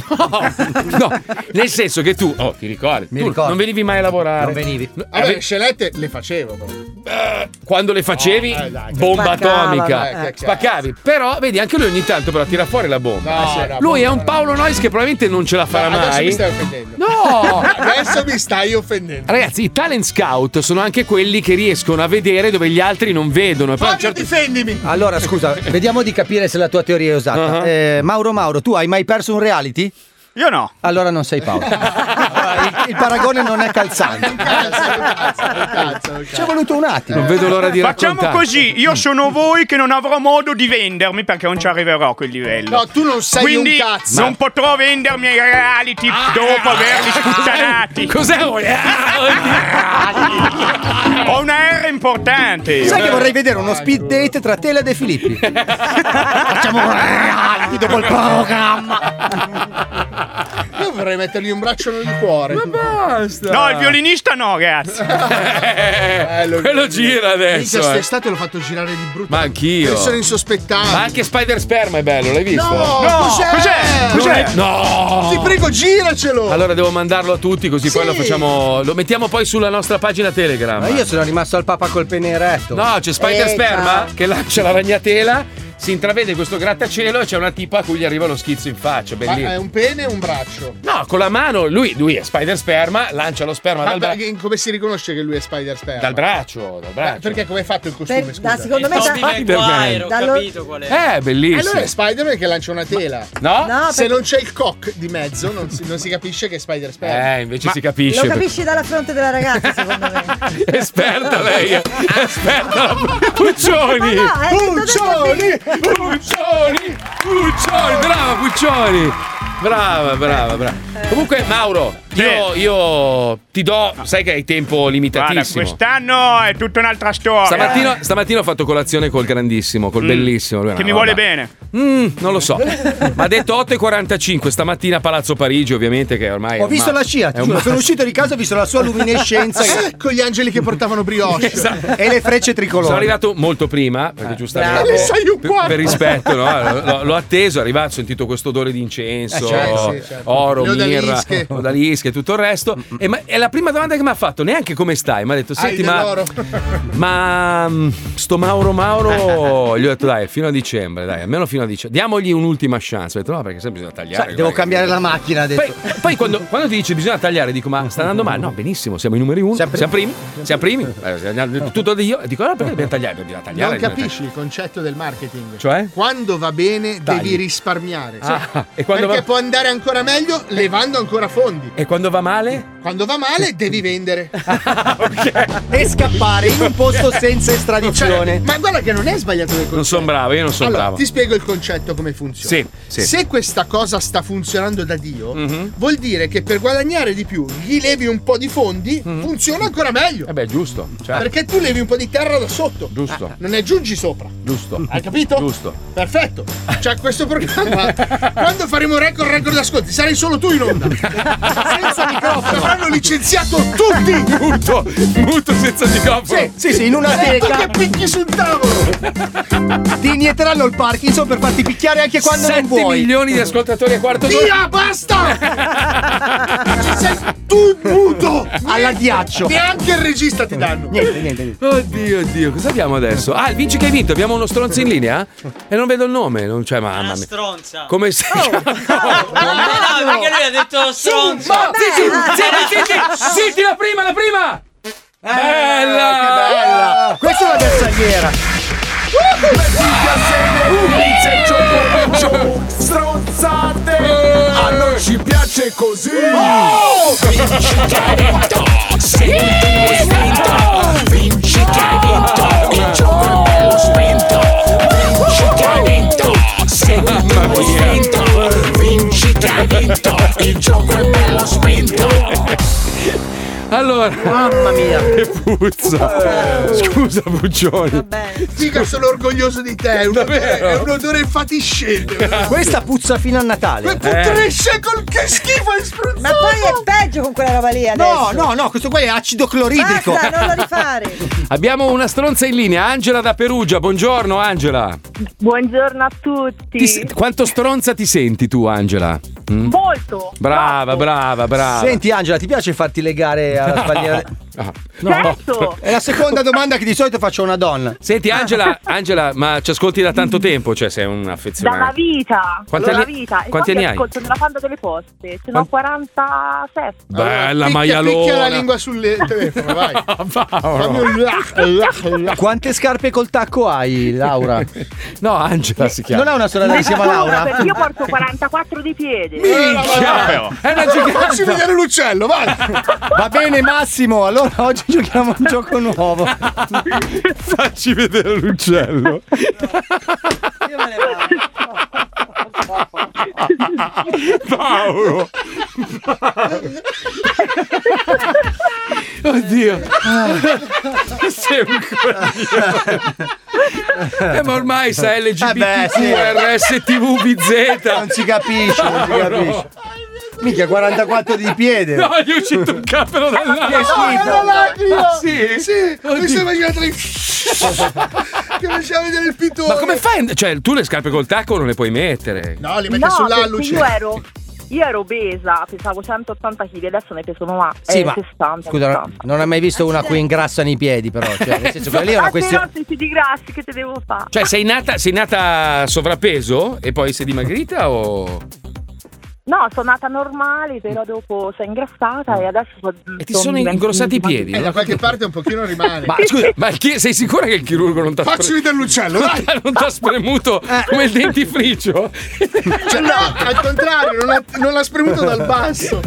No, no, nel senso che tu, oh, ti ricordi? Mi tu ricordo. non venivi mai a lavorare. Non venivi. No, Vabbè, ave- scelette le facevo però. quando le facevi, Oh, eh, dai, che- bomba Spaccava, atomica, eh, che spaccavi. Però vedi, anche lui ogni tanto però tira fuori la bomba. No, Eh, sì. no, lui è bomba un no. Paolo Noyes che probabilmente non ce la farà Adesso mai. mi stai offendendo. No! Adesso mi stai offendendo. Ragazzi, i talent scout sono anche quelli che riescono a vedere dove gli altri non vedono. E poi a un Voglio, certo- difendimi. Allora, scusa, vediamo di capire se la tua teoria è esatta. Uh-huh. Eh, Mauro Mauro, tu hai mai perso un reality? Io no. Allora non sei Paolo. Allora, il, il paragone non è calzante. Ci è voluto un attimo. Non vedo l'ora di Facciamo raccontare. così, io sono voi che non avrò modo di vendermi perché non ci arriverò a quel livello. No, tu non sei Quindi un cazzo. non potrò vendermi ai reality dopo averli sputtanati. Cos'è vuoi? Ho una R importante. io. Sai che vorrei vedere uno speed date tra te e la De Filippi? Facciamo un reality dopo il programma. Io vorrei vorrei mettergli un braccio nel cuore. Ma basta. No, il violinista no, ragazzi. Eh, quello gira adesso. Minchia, eh. quest'estate l'ho fatto girare di brutto. Ma anch'io. Persone insospettabili. Ma anche Spider Sperma è bello, l'hai visto? No, no. cos'è? Cos'è? Cos'è? No. Ti prego, giracelo. Allora devo mandarlo a tutti così Sì. poi lo facciamo. Lo mettiamo poi sulla nostra pagina Telegram. Ma io sono rimasto al papa col pene eretto. No, c'è Spider Eh, Sperma ciao. che lancia la ragnatela. Si intravede questo grattacielo e c'è una tipa a cui gli arriva lo schizzo in faccia. Ma Bellissimo. è un pene o un braccio? No, con la mano, lui, lui è Spider Sperma, lancia lo sperma Ma dal, bra- beh, come si riconosce che lui è Spider Sperma? dal braccio. Dal braccio. Eh, perché come è fatto il costume? Per- scusa? da- secondo me da- Spider-Man. dallo- qual Eh, bellissimo. Allora è Spider-Man che lancia una tela. No? No, Se per- non c'è il cock di mezzo, non si, non si capisce che è Spider Sperma. Eh, invece si capisce. Lo capisci dalla fronte della ragazza, secondo me. Esperta lei, è esperta. Puccioni. Ma no, hai detto Puccioni. Puccioni. Puccioni. Brava, Puccioni. Brava, brava, brava. Comunque, Mauro, io, io ti do, sai che hai tempo Guarda, limitatissimo. quest'anno è tutta un'altra storia. Stamattina, stamattina ho fatto colazione col grandissimo, col Mm. bellissimo. Lui è Che una mi vuole roba. bene. Mm, non lo so. Ma ha detto otto e quarantacinque stamattina a Palazzo Parigi, ovviamente, che ormai. è Ho un visto ma- la scia, è ti un giuro, ma- sono uscito di casa e ho visto la sua luminescenza Ecco gli angeli che portavano brioche. Esatto. e le frecce tricolori. Sono arrivato molto prima, perché giustamente. bravo. Sei un per, quarto. per rispetto, no? L'ho, l'ho atteso, è arrivato, ho sentito questo odore di incenso, Eh, certo, sì, certo. oro, Le mirra, odalische. odalische e tutto il resto. E, ma, e la prima domanda che mi ha fatto, neanche come stai, mi ha detto: Hai senti, ma, dell'oro. ma mm, sto Mauro Mauro, gli ho detto: dai, fino a dicembre, dai, almeno fino a dicembre, diamogli un'ultima chance. Ho detto: no, perché sempre bisogna tagliare. Sai, devo cambiare la macchina adesso. Poi, poi quando, quando ti dice bisogna tagliare, dico: ma sta andando male? No, benissimo, siamo i numeri uno, siamo, primi, siamo primi, eh, tutto da Dio. E dico: no, perché dobbiamo tagliare? Dobbiamo tagliare. Non dobbiamo capisci il concetto del marketing. Cioè? Quando va bene Tagli. devi risparmiare. Ah, e quando Perché va- può andare ancora meglio levando ancora fondi. E quando va male? Quando va male devi vendere. E scappare in un posto senza estradizione. Cioè, ma guarda che non è sbagliato del concetto. Non sono bravo, io non sono Allora, bravo. ti spiego il concetto come funziona. Sì, sì. Se questa cosa sta funzionando da Dio, Mhm. vuol dire che per guadagnare di più gli levi un po' di fondi, funziona ancora meglio. Eh beh, giusto. Cioè, Perché tu levi un po' di terra da sotto. Giusto. Ah, non ne aggiungi sopra. giusto. Hai capito? Giusto. Perfetto. Cioè, questo programma, quando faremo record, record ascolti, sarai solo tu in onda. Senza microfono. Avranno licenziato tutti. Muto, muto senza microfono. Sì, sì, sì, in una E tu teca. che picchi sul tavolo. Ti inietteranno il Parkinson per farti picchiare anche quando non sette vuoi. milioni di ascoltatori a quarto d'ora. Via, basta! Ci sei tu muto. All'addiaccio. Neanche il regista ti danno. Niente, niente, niente. Oddio, oddio, cosa abbiamo adesso? Ah, il vinci che hai vinto, abbiamo uno stronzo in linea? E non vedo il nome, non c'è, mamma mia. Stronza. Come sei? Eh no, perché lui ha detto stronzo. Ma zitti, zitti, zitti, zitti, la prima, la prima! Bella! Che bella! Questa è una bersagliera. Inizia il gioco, stronzate. A noi ci piace così. Vinci che hai vinto. Senti il spinto. Vinci che hai vinto. Il gioco è bello spinto. Vinci che hai vinto. Senti il spinto. Vinci che hai vinto. Il gioco è bello spinto. Allora, mamma mia, che puzza. Scusa, Puccioni. Figa, sono orgoglioso di te. È un, odore, Davvero? è un odore fatiscente. Questa puzza fino a Natale. E putresce col che schifo è spruzzato. Ma poi è peggio con quella roba lì No, adesso. no, no, questo qua è acido cloridrico. Basta, non lo rifare. Abbiamo una stronza in linea, Angela da Perugia. Buongiorno, Angela. Buongiorno a tutti. Ti- quanto stronza ti senti tu, Angela? Mm? Molto. Brava, brava, brava. Senti Angela, ti piace farti legare alla spalliera? Ah, Certo. È la seconda domanda che di solito faccio a una donna. Senti, Angela, Angela, ma ci ascolti da tanto tempo? Cioè, sei un Dalla affezionato. vita. Quanti Dalla anni- vita. E quanti poi anni hai? ascolto nella Fanda delle Poste. Ce n'ho quarantasette. Bella Picchia- maialona. Picchia la lingua sul le- telefono, vai. Paolo. Fammi un lah, lah, lah. Quante scarpe col tacco hai, Laura? No, Angela si chiama. Non ha una sorella che si chiama Laura? Perché io porto quarantaquattro di piede. Minchia! È una Facci gigante. vedere l'uccello, vai. Va bene Massimo, allora oggi giochiamo a un gioco nuovo. Facci vedere l'uccello. Io me ne vado. Paolo. Oddio. Sei un coglione. Eh, ma ormai sai L G B T Q, Eh beh, sì. R S T V B Z. Non si capisce, non si Paolo. capisce. Mica quarantaquattro di piede. No, gli è uscito un cappero dal naso. No, è una lacrima. Sì? Sì. Oddio. Mi sto immaginando lì che faceva vedere il pitone. Ma come fai? Cioè, tu le scarpe col tacco non le puoi mettere. No, li metti No, sull'alluce. perché io ero io ero obesa, pesavo centottanta chili, adesso ne peso novanta, Sì, eh, ma sessanta. scusa, sessanta. non hai mai visto una qui ingrassano i piedi, però. Cioè, nel senso, quella lì è una Ah, questione. però se ti grassi che te devo fare? Cioè, sei nata, sei nata sovrappeso e poi sei dimagrita o. No, sono nata normale, però dopo sono ingrassata e adesso so, E ti sono ingrossati i piedi? Eh, da qualche parte un pochino rimane. Ma scusa, ma chi- sei sicura che il chirurgo non ti ha Facci vedere l'uccello, dai. non t'ha spremuto come il dentifricio? Cioè, no, al contrario, non, ha, non l'ha spremuto dal basso.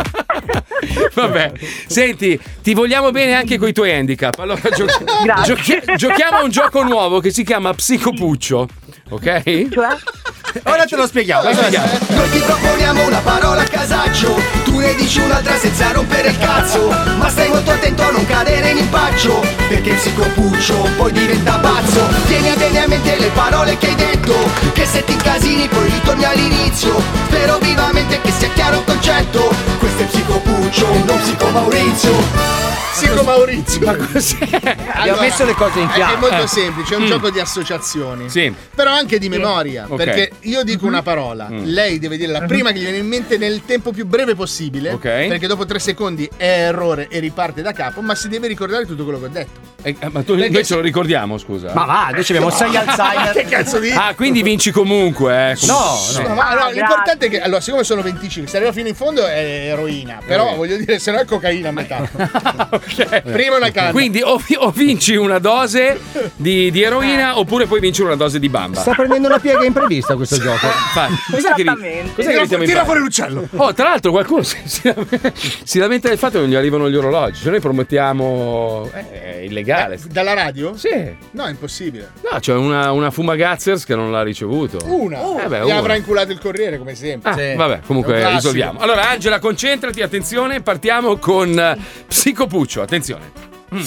Vabbè, senti, ti vogliamo bene anche con i tuoi handicap. Allora gio- giochi- giochiamo a un gioco nuovo che si chiama Psicopuccio. Ok? Cioè? Ora te lo spieghiamo. Lo spieghiamo. Noi ti proponiamo una parola a casaccio, tu ne dici un'altra senza rompere il cazzo, ma stai molto attento a non cadere in impaccio, perché il psicopuccio poi diventa pazzo. Tieni bene a mente le parole che hai detto, che se ti incasini poi ritorni all'inizio. Spero vivamente che sia chiaro il concetto, questo è psicopuccio, non psico Maurizio. Psico Maurizio. Ma cos'è? Abbiamo messo le cose in chiaro. È molto Eh. semplice, è un Mm. gioco di associazioni. Sì. Però anche di memoria. Ok. Perché io dico una parola, Mm. lei deve dire la prima che gli viene in mente nel tempo più breve possibile. Ok. Perché dopo tre secondi è errore e riparte da capo, ma si deve ricordare tutto quello che ho detto. Eh, ma tu, Perché noi ce lo ricordiamo, scusa. Ma va, noi ci abbiamo sei Alzheimer. Che cazzo di. Ah, quindi vinci comunque, eh. No, No, no. ma Ah, no, l'importante è che, allora, siccome sono venticinque, se arriva fino in fondo è eroina. Però Eroina. voglio dire, se no è cocaina a metà. Ok. Prima una canna. Quindi o, o vinci una dose di, di eroina oppure puoi vincere una dose di bamba. Sta prendendo una piega imprevista questo gioco. Fa- Cos'è che, ri- Esattamente. cos'è che mettiamo in Tira pa- fuori l'uccello. Oh, tra l'altro qualcuno si, si, si lamenta del fatto che non gli arrivano gli orologi. Se noi promettiamo. Eh, è illegale. Dalla radio? Sì. No, è impossibile. No, c'è una, una Fumagazzers che non l'ha ricevuto. Una. Eh beh, Gli una. avrà inculato il corriere come sempre. Ah, Sì. vabbè, È un comunque classico. risolviamo. Allora, Angela, concentrati, attenzione, partiamo con eh, Psicopuccio, attenzione.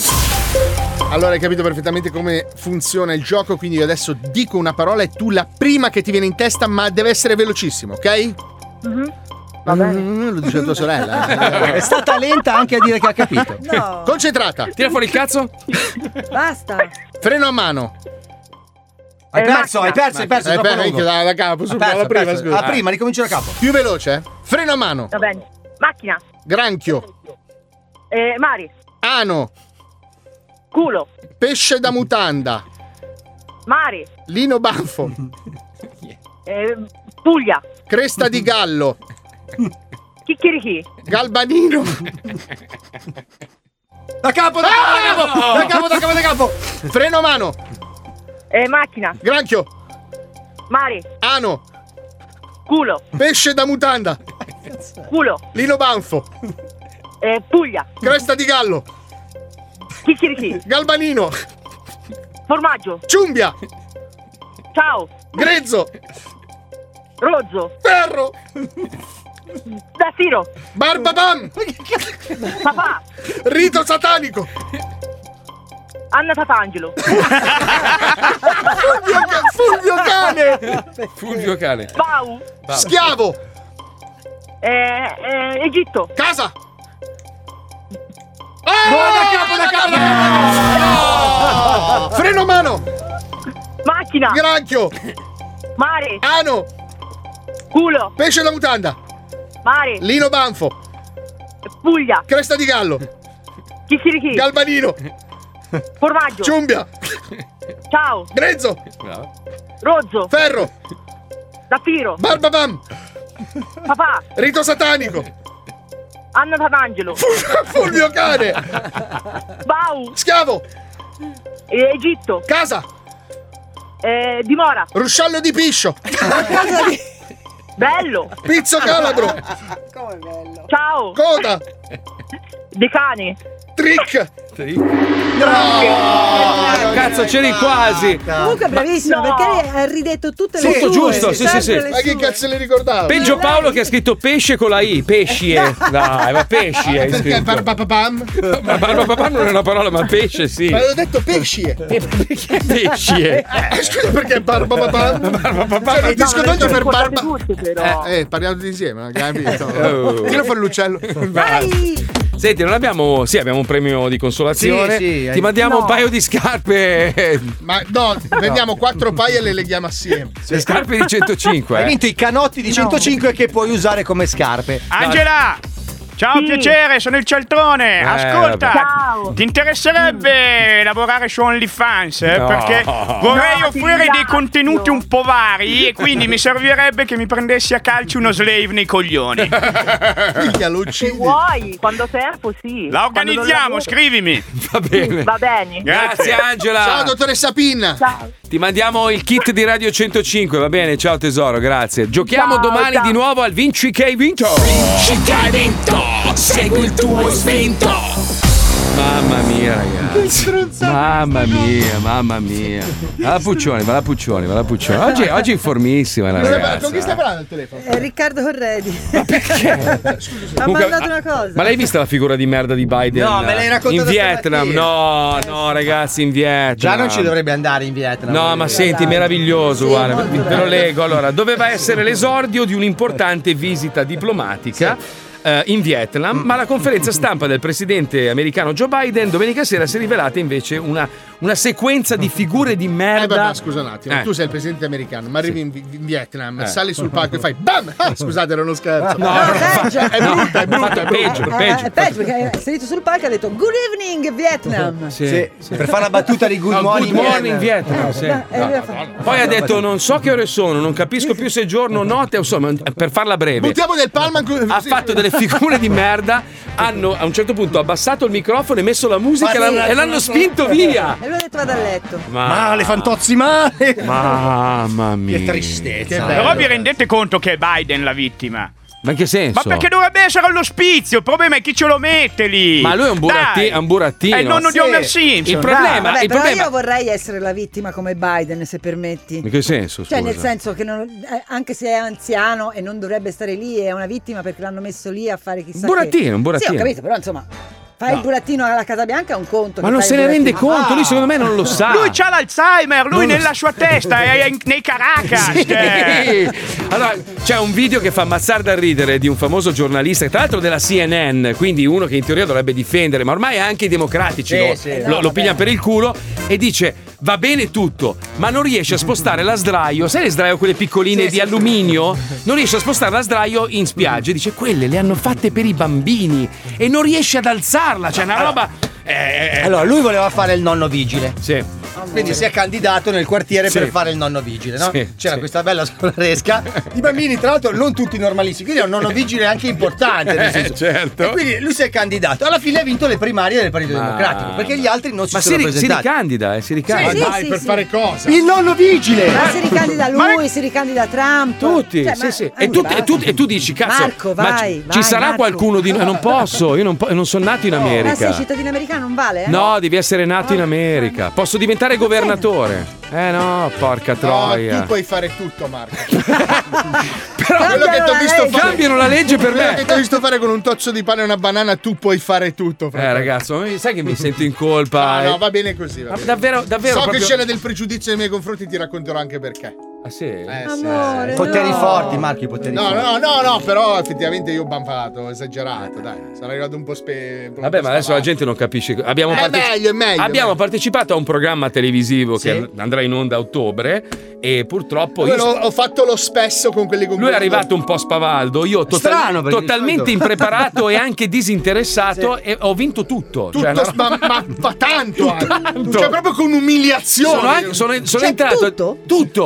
Allora hai capito perfettamente come funziona il gioco, quindi io adesso dico una parola e tu la prima che ti viene in testa, ma deve essere velocissimo, ok? Mhm. Va bene. Mm, lo dice la tua sorella. eh. È stata lenta anche a dire che ha capito. No, Concentrata. Tira fuori il cazzo. basta. Freno a mano. Hai Eh, perso, macchina. hai perso, hai perso. Eh, troppo beh, lungo. minchia, da, da capo, Ha su, perso, dalla ha prima, perso. scusa. Ah, prima, ricomincio da capo. Più veloce. Freno a mano. Va bene. Macchina. Granchio. Eh, Mari. Ano. Culo. Pesce da mutanda. Mari. Lino Banfo. Eh, Puglia. Cresta di gallo. Chicchirichi. Galbanino. Da capo, da capo, da capo, da capo, da capo. Freno a mano. Eh, macchina. Granchio. Mari. Ano. Culo. Pesce da mutanda. Culo. Lino Banfo. Eh, Puglia. Cresta di gallo. Chicchirichi. Galbanino. Formaggio. Ciumbia. Ciao. Grezzo. Rozzo. Ferro. Dassiro. Barbabam. Papà. Rito satanico. Anna Tatangelo. Fulvio, Fulvio cane. Fulvio cane. Bau. Schiavo. Eh, eh, Egitto. Casa. Da capo, da capo. Freno a mano. Macchina. Granchio. Mare. Ano. Culo. Pesce da mutanda. Mare. Lino Banfo. Puglia. Cresta di gallo. Chicchirichi. Galbanino. Formaggio. Ciumbia. Ciao. Grezzo. Rozzo. Ferro. Daffiro. Barbabam. Papà. Rito satanico. Anna Tatangelo. Fulvio cane. Bau. Schiavo. Eh, Egitto. Casa. Eh, Dimora. Ruscello di piscio. Bello. Pizzo calabro. Come bello. Ciao. Coda. Decane. Trick! Trick. No! Cazzo, c'eri quasi. Comunque bravissimo, No. perché ha ridetto tutte le Sì, sue. giusto, sì, sì, sì. sempre le Ma che sue. cazzo le ricordavo? Peggio Paolo che ha scritto pesce con la I, pescie. Dai, ma pesci hai Perché scritto. barbapapam? Ma barbapapam non è una parola, ma pesce sì. Ma avevo detto pescie. Perché pescie? Eh, scusa, perché barbapapam? C'è un disco d'oggi per barba. Eh, eh, parliamo tutti insieme, non hai capito? Oh. Tira fuori l'uccello. Vai! Senti, non abbiamo. Sì, abbiamo un premio di consolazione. Sì, sì, Ti mandiamo no. un paio di scarpe. Ma no, vendiamo quattro paia e le leghiamo assieme. Le scarpe di centocinque. Hai eh. vinto i canotti di centocinque che puoi usare come scarpe. Angela! Ciao, Sì. piacere, sono il Cialtrone. Ascolta, vabbè. Ciao. ti interesserebbe lavorare su OnlyFans? eh? No. Perché vorrei No, ti offrire dei ringrazio. contenuti un po' vari e quindi mi servirebbe che mi prendessi a calci uno slave nei coglioni. Minchia, lo Se uccidi. vuoi, quando tempo, sì. La Quando non organizziamo, lavoro- scrivimi. Va bene. Va bene. Grazie Angela. Ciao, dottoressa Pinna. Ciao. Ti mandiamo il kit di Radio centocinque, va bene? Ciao tesoro, grazie. Giochiamo Ciao, domani ciao. di nuovo al Vinci che hai vinto. Vinci che hai vinto, segui il tuo istinto. Mamma mia, ragazzi. Mamma mia, mamma mia. Va la Puccioni, va la Puccioni, va la Puccioni. Oggi, oggi è informissima la ragazza. Con chi stai parlando al telefono? Eh, Riccardo Corredi. Perché? Ha Comunque, mandato una cosa. Ma l'hai vista la figura di merda di Biden? No, me l'hai raccontata in Vietnam. stamattina. No, no, ragazzi, in Vietnam. Già non ci dovrebbe andare in Vietnam. No, ma senti, meraviglioso, guarda, ve ve lo leggo. Allora, doveva essere l'esordio di un'importante visita diplomatica. eh, in Vietnam, ma la conferenza stampa del presidente americano Joe Biden domenica sera si è rivelata invece una, una sequenza di figure di Eh, merda. vabbè, scusa un attimo, Eh. tu sei il presidente americano, ma arrivi in, in Vietnam, Eh. sali sul palco e fai BAM! Ah, scusate, era uno scherzo. No, no, no, peggio. È brutta, è brutta, è peggio, brutta. peggio. Eh, peggio perché è salito sul palco e ha detto Good evening Vietnam. Sì, Sì, sì. per fare la battuta di Good No, Morning, good morning Vietnam, sì. Eh, No. lui ha fatto- Poi ha detto non so che ore sono, non capisco più se è giorno o notte, insomma, per farla breve. Buttiamo del palma Ha fatto delle figure di merda, hanno a un certo punto abbassato il microfono e messo la musica e l'hanno, e l'hanno spinto via. E lui ha detto vado a letto. Ma- Male, fantozzi male. Mamma mia. Che tristezza. Però vi rendete conto che è Biden la vittima? Ma in che senso? Ma perché dovrebbe essere all'ospizio? Il problema è chi ce lo mette lì. Ma lui è un, buratti- Dai. è un burattino. È il nonno di Homer Simpson. Il problema, Vabbè, il però problema... io vorrei essere la vittima come Biden, se permetti. In che senso? Cioè, scusa? nel senso che non- eh, anche se è anziano e non dovrebbe stare lì, è una vittima perché l'hanno messo lì a fare chissà Un burattino, che. un burattino. Sì, ho capito, però insomma, fai il burattino alla Casa Bianca è un conto. Ma che non fai se il ne rende burattino- conto, Ah. lui secondo me non lo sa. Lui c'ha l'Alzheimer, lui Non lo nella sa. sua testa è in- nei Caracas. Sì. cioè. Allora, c'è un video che fa ammazzare da ridere di un famoso giornalista, tra l'altro della C N N, quindi uno che in teoria dovrebbe difendere, ma ormai anche i democratici Sì, lo, sì. lo, No, lo vabbè. pigliano per il culo e dice va bene tutto, ma non riesce a spostare la sdraio, sai le sdraio quelle piccoline Sì, di sì, alluminio? Non riesce a spostare la sdraio in spiaggia, dice quelle le hanno fatte per i bambini e non riesce ad alzarla, cioè una roba... Eh, Allora, lui voleva fare il nonno vigile. sì. Quindi si è candidato nel quartiere Sì. per fare il nonno vigile, no? Sì, C'era sì. questa bella scolaresca di bambini, tra l'altro non tutti normalissimi, quindi è un nonno vigile anche importante. Nel Eh, senso. certo. E quindi lui si è candidato. Alla fine ha vinto le primarie del Partito Ma- Democratico, perché gli altri non si Ma sono si, ri- si presentati. ricandida, eh, si ricandida. Sì, Ma sì, dai, sì, per sì. fare cosa? Il nonno vigile! Ma si ricandida Ma- lui, si ricandida Trump. Tutti, Cioè, sì, ma- sì. E anche tu, basta. e, tu, e tu dici, cazzo, Marco, ma vai, ci, vai, ci sarà Marco. qualcuno di noi? Non posso, io non, po- non sono nato in Ah, America. sei cittadino americano, non vale? Eh? No, devi essere nato in America. Posso diventare governatore? Eh no, porca No, troia. tu puoi fare tutto, Marco. Però quello che ti ho la visto legge. fare. cambiano la legge per Quello me. che ti ho visto fare con un tozzo di pane e una banana, tu puoi fare tutto. Eh fratello. ragazzo, mi- sai che mi sento in colpa. No, no, eh. va bene così. Va Ma bene. davvero, davvero So proprio... che scena del pregiudizio nei miei confronti, ti racconterò anche perché. Ah, sì? Eh, sì, Amore, sì. Poteri no. forti, Marco, i poteri No, forti. no, no, no, però effettivamente io ho banfato, ho esagerato, dai. Sarà arrivato un po' spe... Vabbè, ma adesso la gente non capisce. Abbiamo, È parteci- meglio, è meglio. abbiamo meglio. partecipato a un programma televisivo Sì. che andrà in onda a ottobre e purtroppo Io io- l'ho- ho fatto lo spesso con quelli con lui è cui- arrivato un po' spavaldo, io total- Strano, perché di totalmente solito- impreparato e anche disinteressato e ho vinto tutto. Tutto, Cioè, una ma, roba- ma fa tanto, anche. Tanto. Cioè proprio con umiliazione. Sono, anche- sono- sono Cioè, entrato tutto? tutto, Sì, tutto,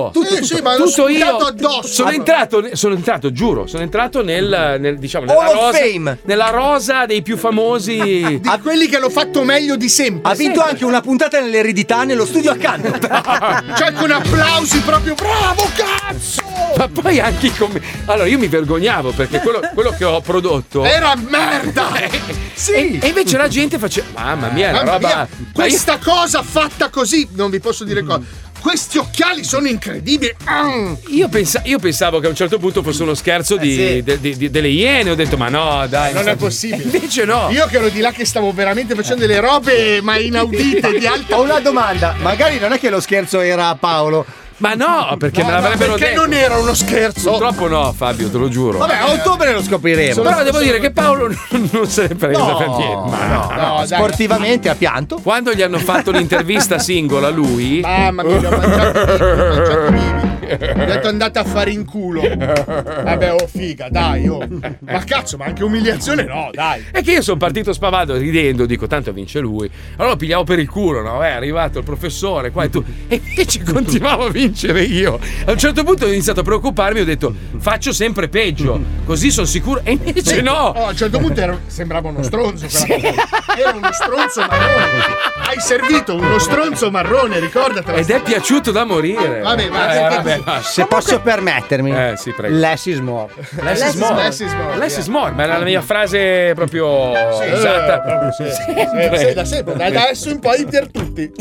Sì, ma l'ho tutto io. sputato addosso. Sono entrato, sono entrato, giuro, sono entrato nel, nel diciamo nella Hall of rosa, Fame. nella rosa dei più famosi. Di quelli che hanno fatto meglio di sempre. Ha vinto anche una puntata nell'eredità nello studio accanto. Cioè con applausi proprio bravo cazzo. Ma poi anche i commenti. Allora io mi vergognavo perché quello, quello che ho prodotto era merda. Sì. E, e invece la gente faceva mamma mia, la Mamma roba. mia, questa cosa fatta così, non vi posso dire cosa. Questi occhiali sono incredibili. Mm. Io, pensa- io pensavo che a un certo punto fosse uno scherzo Eh, di, sì. de- di- di- delle iene. Ho detto, ma no, dai. Non so- è possibile. E invece no. Io che ero di là che stavo veramente facendo delle robe ma inaudite di alta. Ho una domanda, magari non è che lo scherzo era a Paolo. Ma no, perché No, me no, l'avrebbero perché detto. non era uno scherzo. Purtroppo no, Fabio, te lo giuro. Vabbè, a ottobre lo scopriremo. Però devo dire che Paolo non se l'è presa No, per niente. Ma no, no, no. sportivamente ha pianto. Quando gli hanno fatto l'intervista singola a lui. Mamma mia, li ho mangiati vivi, li ho mangiati vivi. Ho detto andate a fare in culo. Vabbè, oh figa, dai, oh. Ma cazzo, ma anche umiliazione no, dai. È che io sono partito spavato ridendo, dico tanto vince lui. Allora lo pigliavo per il culo, no? È arrivato il professore qua e tu. E invece continuavo a vincere io. A un certo punto ho iniziato a preoccuparmi, ho detto faccio sempre peggio, così sono sicuro. E invece Sì. no. Oh, a un certo punto ero- sembrava uno stronzo quella Sì. cosa. Era uno stronzo marrone. Hai servito uno stronzo marrone, ricordatela. Ed è piaciuto da morire. Vabbè, ma Eh, che- vabbè, basta. Se posso permettermi. Eh, sì, prego. Less is more. Less is more. Less is more, Less yeah. is more, ma era la mia frase proprio Sì, esatta. eh, proprio sì, sì, Sempre. sì, sì, da sempre, da adesso in poi per tutti.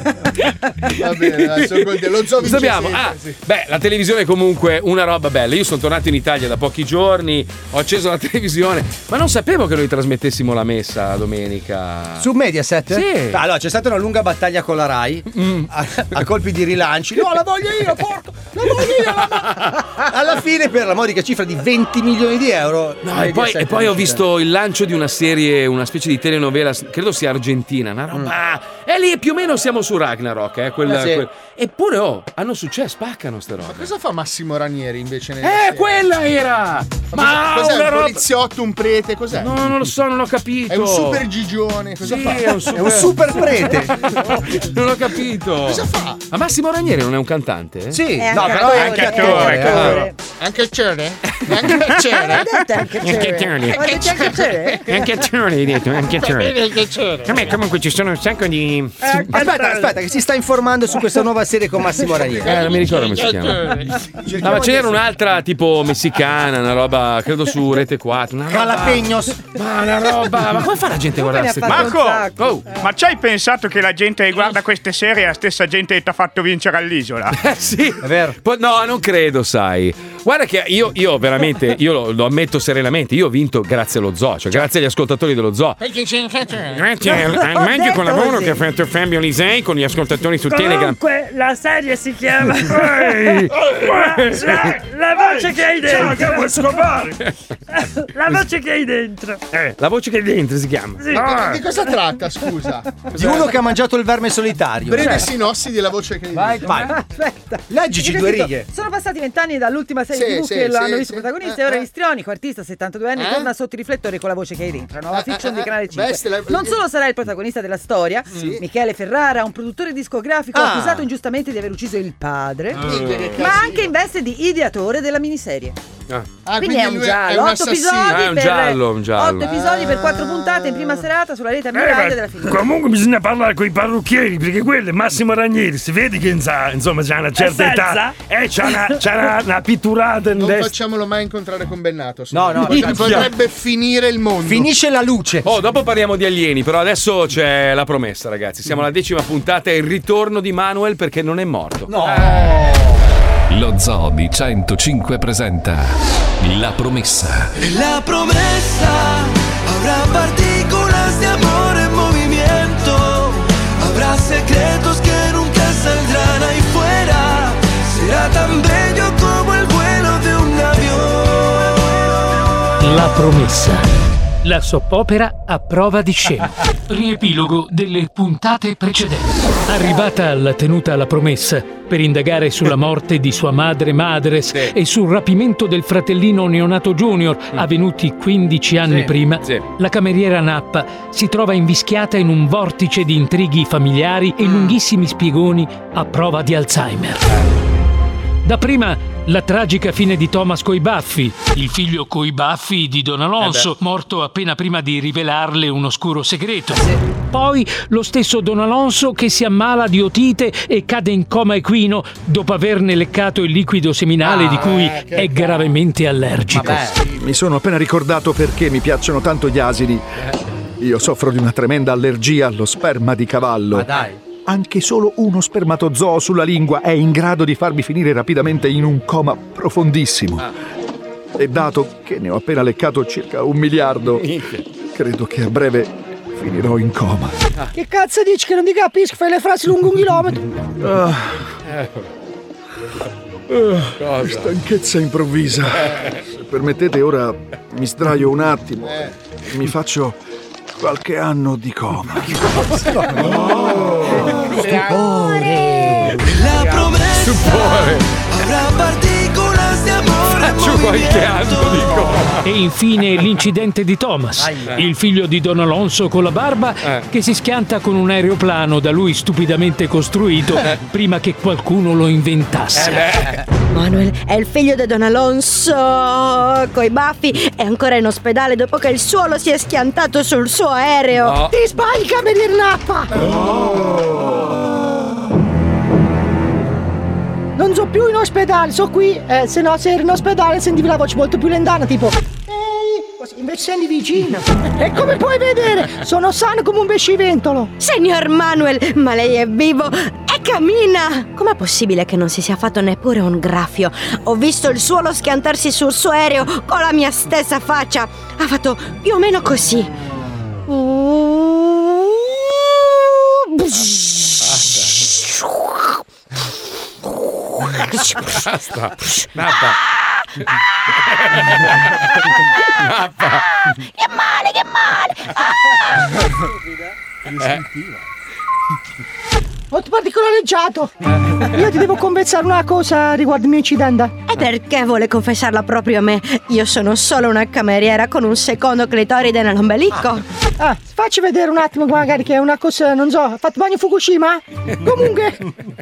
Va bene, adesso con te, lo zoo vince Sappiamo. sempre, Ah, sì. beh, la televisione è comunque una roba bella. Io sono tornato in Italia da pochi giorni, ho acceso la televisione, ma non sapevo che noi trasmettessimo la messa domenica. Su Mediaset? Sì. Allora, c'è stata una lunga battaglia con la Rai a, a colpi di rilanci. No, la voglio io, porco! La voglio io! La voglio. Alla fine, per la modica cifra di venti milioni di euro. No, e poi, e poi ho visto il lancio di una serie, una specie di telenovela, credo sia argentina, una roba. E lì più o meno siamo su Ragnarok, eh, quella, Eh sì. quel- Eppure, oh, hanno successo, spaccano ste robe. Ma cosa fa Massimo Ranieri invece nella Eh, serie? quella era! Ma Ma cos'è, cos'è una un roba- poliziotto, un prete, cos'è? No, non lo so, non ho capito. È un super gigione, cosa Sì, fa? è un super- È un super prete. Non ho capito. Cosa fa? Ma Massimo Ranieri non è un cantante? Sì, È no, anche però è attore, anche attore. attore. Anche il cere? Anche il Ma cere? hai detto anche Anche c'è. Tony. Ma hai detto anche c'è? Anche Tony, hai detto, anche Tony. Anche cere. Vabbè, comunque ci sono un sacco di. Aspetta, aspetta, che si sta informando su questa nuova serie con Massimo Ranieri. Eh, non mi ricordo come si chiama. No, ma ce n'era un'altra tipo messicana, una roba, credo su Rete quattro. Una roba. Jalapeños. Ma una roba. Ma come fa la gente a guardare queste cose? Marco, Oh. ma ci hai pensato che la gente che guarda queste serie è la stessa gente che ti ha fatto vincere all'isola? Eh sì, È vero. Po- no, non credo, sai. Guarda che io, io veramente, io lo, lo ammetto serenamente, io ho vinto grazie allo zoo, cioè grazie agli ascoltatori dello zoo. Grazie al, al magico detto lavoro così. che ha fatto Fabio Lisei con gli ascoltatori su Telegram. Comunque, la serie si chiama. la, la- la voce che hai dentro. vuoi scopare? La voce che hai dentro. Eh, la voce che è dentro si chiama. Sì. Ah. Di cosa tratta, scusa? Di uno che ha mangiato il verme solitario. Breve sinossi della voce che Vai, vai. Aspetta. Leggici Hai due capito? righe. Sono passati vent'anni dall'ultima serie Sì, tivù sì, che lo sì, hanno visto sì. protagonista Eh, e ora eh. Istrionico, artista settantadue anni, Eh? torna sotto i riflettori con la voce che hai dentro. Nuova Eh, fiction eh, di eh, Canale cinque. veste la- Non solo sarà il protagonista della storia, Michele Ferrara, un produttore discografico Ah. accusato ingiustamente di aver ucciso il padre, Minchia, che ma casino. anche in veste di ideatore della miniserie. Ah. Ah, Quindi, è un lui giallo, un otto assassino. episodi Ah, è un per giallo, un giallo. otto episodi per quattro puntate in prima serata sulla rete ammiraglio della fine. Comunque bisogna parlare con i parrucchieri perché quello è Massimo Ranieri. Si vede che insa- insomma c'ha una certa età. E c'ha una, c'ha una, una pitturata in Non destra. facciamolo mai incontrare con Bennato. No, no, Potrebbe- minchia. potrebbe finire il mondo. Finisce la luce. Oh, dopo parliamo di alieni, però adesso c'è la promessa, ragazzi. Siamo alla decima puntata e il ritorno di Manuel perché non è morto. No. Lo Zoo di centocinque presenta La promessa. La promesa habrá partículas de amor en movimiento. Habrá secretos que nunca saldrán ahí fuera. Será tan bello como el vuelo de un avión. La promessa. La soppopera a prova di scena. Riepilogo delle puntate precedenti. Arrivata alla tenuta alla promessa per indagare sulla morte di sua madre Madres Sì. e sul rapimento del fratellino neonato Junior avvenuti quindici anni Sì, prima, sì. la cameriera Nappa si trova invischiata in un vortice di intrighi familiari e lunghissimi spiegoni a prova di Alzheimer. Dapprima la tragica fine di Thomas coi baffi, il figlio coi baffi di Don Alonso, Eh morto appena prima di rivelarle un oscuro segreto. Poi lo stesso Don Alonso che si ammala di otite e cade in coma equino dopo averne leccato il liquido seminale Ah, di cui eh, che è gravemente allergico. Mi sono appena ricordato perché mi piacciono tanto gli asini. Io soffro di una tremenda allergia allo sperma di cavallo. Ma dai. Anche solo uno spermatozoo sulla lingua è in grado di farmi finire rapidamente in un coma profondissimo. E dato che ne ho appena leccato circa un miliardo, credo che a breve finirò in coma. Che cazzo dici che non ti capisco? Fai le frasi lungo un chilometro. Ah, Cosa? che stanchezza improvvisa. Se permettete, ora mi sdraio un attimo. Mi faccio qualche anno di coma. Stupore. La promessa avrà partículas di amore. Faccio qualche anno di coma. E infine l'incidente di Thomas, il figlio di Don Alonso con la barba, che si schianta con un aeroplano da lui stupidamente costruito prima che qualcuno lo inventasse. Manuel è il figlio di Don Alonso coi baffi, è ancora in ospedale dopo che il suolo si è schiantato sul suo aereo. No. Ti sbagli, cameriere Nappa! Non so più in ospedale, so qui. Eh, se no, se eri in ospedale sentivi la voce molto più lentana, tipo ehi, così, invece senti vicino. E come puoi vedere, sono sano come un pesciventolo. Signor Manuel, ma lei è vivo e cammina! Com'è possibile che non si sia fatto neppure un graffio? Ho visto il suolo schiantarsi sul suo aereo con la mia stessa faccia. Ha fatto più o meno così. Basta. Nappa. Nappa. Che male, che male! Eh. Ho particolareggiato. Io ti devo confessare una cosa riguardo il mio incidente. E perché vuole confessarla proprio a me? Io sono solo una cameriera con un secondo clitoride nell'ombelico. Ah, facci vedere un attimo magari che è una cosa, non so, ha fatto bagno a Fukushima? Comunque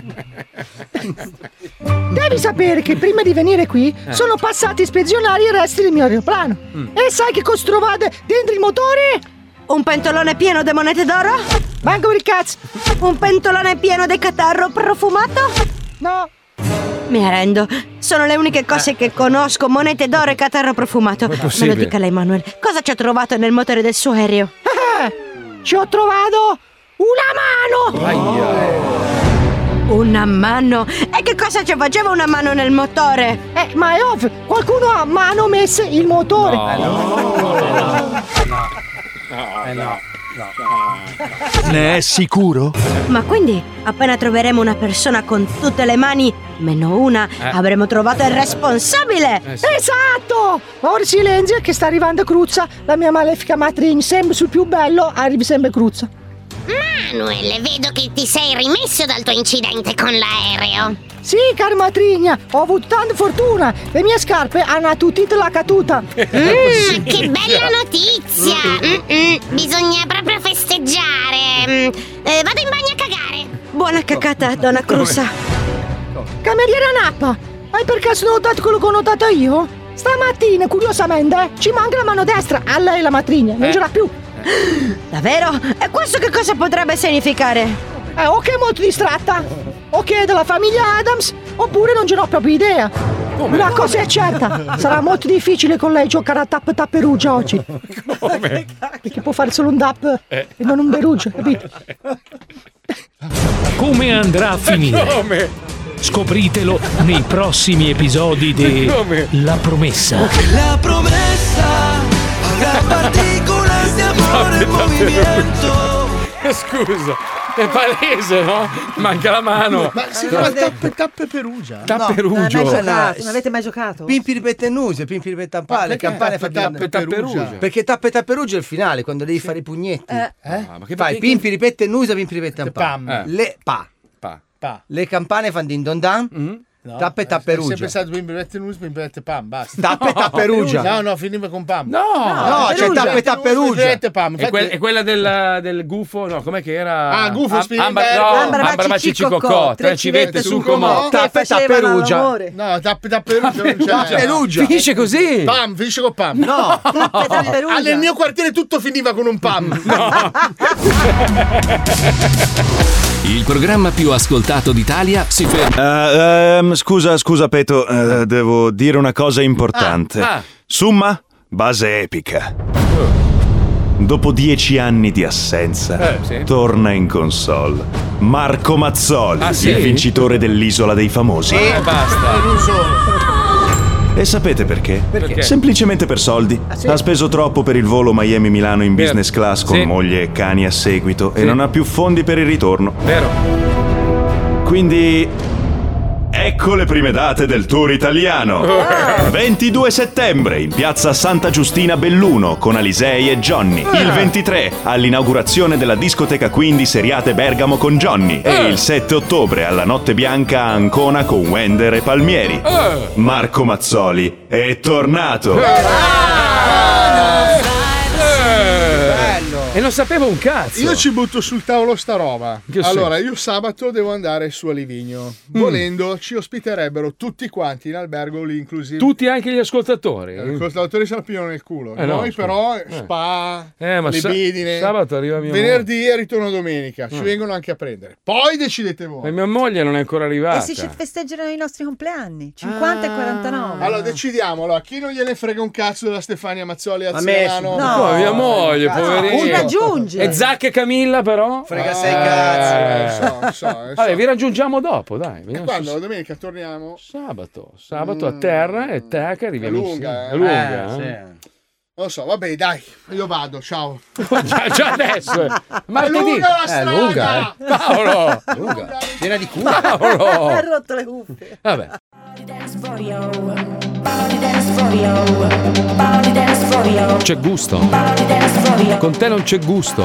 devi sapere che prima di venire qui sono passati a ispezionare i resti del mio aeroplano. E sai che cosa trovate dentro il motore? Un pentolone pieno di monete d'oro? Manco per il cazzo. Un pentolone pieno di catarro profumato? No. Mi arrendo. Sono le uniche cose che conosco, monete d'oro e catarro profumato. Me lo dica lei, Manuel. Cosa ci ha trovato nel motore del suo aereo? Eh, ci ho trovato una mano! Aia. Una mano? E che cosa ci faceva una mano nel motore? Eh, ma è ovvio, qualcuno ha mano messe il motore. No. no. Eh no. Ne è sicuro? Ma quindi, appena troveremo una persona con tutte le mani, meno una, Eh. avremo trovato il responsabile! Eh sì. Esatto! Ora silenzio che sta arrivando Cruzza, la mia malefica matrigna, sempre sul più bello, arrivi sempre Cruzza. Manuel, vedo che ti sei rimesso dal tuo incidente con l'aereo. Sì, cara matrigna, ho avuto tanta fortuna. Le mie scarpe hanno attutito la caduta. Mm, che bella notizia! Mm-mm, bisogna proprio festeggiare. Mm, eh, vado in bagno a cagare. Buona cacata, donna Crusa. Cameriera Nappa, hai per caso notato quello che ho notato io? Stamattina, curiosamente, ci manca la mano destra. A lei la matrigna, non Eh. ce l'ha più. Davvero? E questo che cosa potrebbe significare? Eh, o che è molto distratta, o che è della famiglia Adams, oppure non ce n'ho proprio idea. Una cosa è certa, sarà molto difficile con lei giocare a tap tapperugia oggi. Come? Perché può fare solo un tap Eh. e non un berugia, capito? Come andrà a finire? Come? Scopritelo nei prossimi episodi di Come? La Promessa. La promessa avrà partículas di amore en movimiento. Scusa, è palese, no? Manca la mano. Ma si chiama tappe tappe perugia. Tapperugio. Non, giocato, non avete mai giocato? Pimpi ripette nuse, pimpi ripette tampale, le campane tappe, fanno tappe, tapperugia? Perché tappe tapperugia è il finale, quando devi fare i pugnetti. Eh. Ah, ma che Fai che- pimpi ripette nusa, pimpi ripette Pam. tampale. Eh. Le pa. Pa. Pa. Le campane fanno din don dan. Mm? No, Tappe Tapperugia. È sempre stato Pimpinette Nus, Pimpinette Pam, basta. Tappe Tapperugia. No, no, finiva con Pam. No, no, c'è Tappe Tapperugia. Pimpinette Pam. E, que- e quella del, del gufo, no, com'è che era? Ah, gufo, Am- Spilimberg. Ambra, no, Ambra, Ambra Macicci, Macicci Cocò, tre civette su comò. Tappe Tapperugia. No, Tappe Tapperugia non c'è. Tapperugia. Finisce così. Pam, finisce con Pam. No. Ah, nel mio quartiere tutto finiva con un Pam. No. Il programma più ascoltato d'Italia si ferma. Uh, um, scusa, scusa Peto, uh, devo dire una cosa importante. Ah, ah. Summa, base epica. Dopo dieci anni di assenza, Eh, sì. torna in console Marco Mazzoli, Ah, sì? il vincitore dell'Isola dei Famosi. Eh, basta. E sapete perché? Perché? Semplicemente per soldi. sì? Ha speso troppo per il volo Miami-Milano in Vero. business class con Sì. moglie e cani a seguito Sì. e non ha più fondi per il ritorno. Vero. Quindi ecco le prime date del tour italiano. ventidue settembre in piazza Santa Giustina Belluno con Alisei e Johnny. Il ventitré all'inaugurazione della discoteca Quindi Seriate Bergamo con Johnny. E il sette ottobre alla Notte Bianca a Ancona con Wender e Palmieri. Marco Mazzoli è tornato. E non sapevo un cazzo. Io ci butto sul tavolo sta roba. Che Allora, senso? io sabato devo andare su a Livigno. Mm. Volendo, ci ospiterebbero tutti quanti in albergo, lì inclusive. Tutti, anche gli ascoltatori. I costatori se la pigliano nel culo. Eh, no, Noi scusa. però, Eh. spa, Eh, ma sa- libidine. sabato arriva mia Venerdì e ritorno domenica. Ci Mm. vengono anche a prendere. Poi decidete voi. E mia moglie non è ancora arrivata. E si ci festeggiano i nostri compleanni, cinquanta e quarantanove. Allora, decidiamo. Allora, chi non gliene frega un cazzo della Stefania Mazzoli a A me Zerano? No. Oh, mia moglie, poverina. Un raggiunge. E Zac e Camilla però? Frega sei Eh, cazzi. lo so, lo so, lo so. Vabbè, vi raggiungiamo dopo, dai. Vediamo Quando? se- La domenica torniamo? Sabato. Sabato a terra e tac, arriviamo È lunga, insieme. eh. È lunga, Eh, eh? sì. Non lo so, vabbè, dai, io vado, ciao. già, già adesso. eh. Martedì. lunga la È strada! lunga, eh. Paolo. Lunga. Piena di culo. Ha Paolo. rotto le cuffie. Vabbè. C'è gusto. Con te non c'è gusto.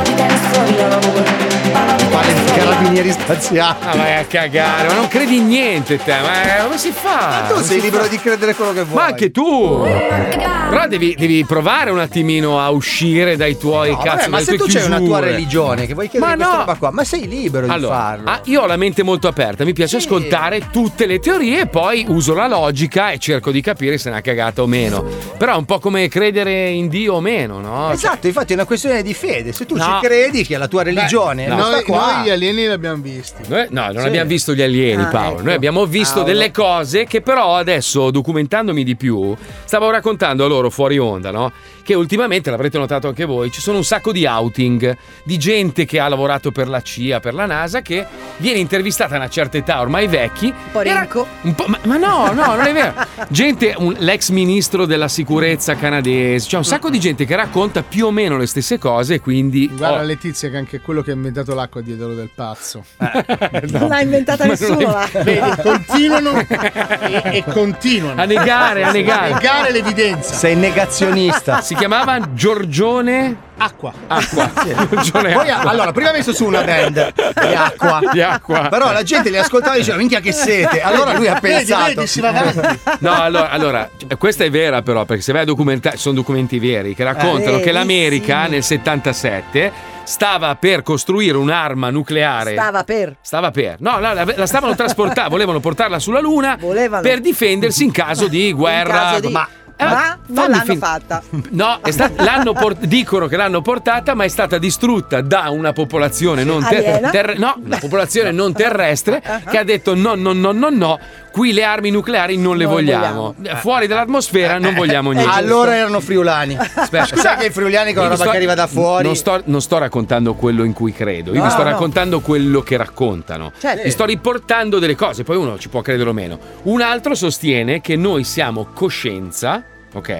Quale di carabinieri spaziali. Ah, vai a cagare, ma non credi in niente te, ma come si fa? Tu Come sei si libero fa? di credere quello che vuoi. Ma anche tu! Però devi, devi provare un attimino a uscire dai tuoi No, cazzo. vabbè, ma dalle se tue tu c'hai una tua chiusure. religione che vuoi chiedere Ma questa no. roba qua, ma sei libero di Allora, farlo. ah, io ho la mente molto aperta, mi piace Sì. ascoltare tutte le teorie e poi uso la logica e cerco di capire se è una cagata o meno. Però è un po' come credere in Dio o meno, no? Esatto, infatti è una questione di fede. Se tu No. ci credi che è la tua religione, no. questa Noi, qua. noi gli alieni li abbiamo visti. Noi, no, non Sì. abbiamo visto gli alieni, Ah, Paolo. ecco. Noi abbiamo visto Paolo. delle cose che però adesso, documentandomi di più, stavo raccontando a loro fuori onda, no? Che ultimamente, l'avrete notato anche voi, ci sono un sacco di outing di gente che ha lavorato per la C I A, per la NASA, che viene intervistata a una certa età, ormai vecchi. Un po' rinco. Un po', ma, ma no, no, non è vero. Gente, un- l'ex ministro della sicurezza canadese, cioè un sacco di gente che racconta più o meno le stesse cose e quindi... Guarda oh, Letizia che anche quello che ha inventato l'acqua dietro del pazzo. Non l'ha inventata Ma nessuno non là. Vedi, continuano e, e continuano a negare, a negare. a negare l'evidenza. Sei negazionista. Si chiamava Giorgione Acqua. Acqua. Giorgione Poi, Acqua. allora, prima ha messo su una band di acqua. Di acqua. Però la gente li ascoltava e diceva minchia che sete. Allora lui ha Vedi, pensato. vedi, si va avanti. No, allora, allora, questa è vera però, perché se vai a documentare, sono documenti veri che raccontano Eh, che l'America sì. nel settantasette stava per costruire un'arma nucleare. Stava per. Stava per. No, no, la, la stavano trasportando, volevano portarla sulla Luna Volevano. per difendersi in caso di guerra. In caso di- Ma, eh, Ma non fammi l'hanno fin- fatta. No, è stat- l'hanno port- dicono che l'hanno portata, ma è stata distrutta da una popolazione non ter- Aliena? ter- no, una popolazione non terrestre che ha detto no, no, no, no, no, qui le armi nucleari non le Non vogliamo. Fuori dall'atmosfera non vogliamo niente. Allora erano friulani. Aspetta. Sai che i friulani con Io la vi roba sto- che arriva da fuori. Non sto, non sto raccontando quello in cui credo, io No, vi sto no. raccontando quello che raccontano. Certo. Vi sto riportando delle cose, poi uno ci può credere o meno. Un altro sostiene che noi siamo coscienza, ok?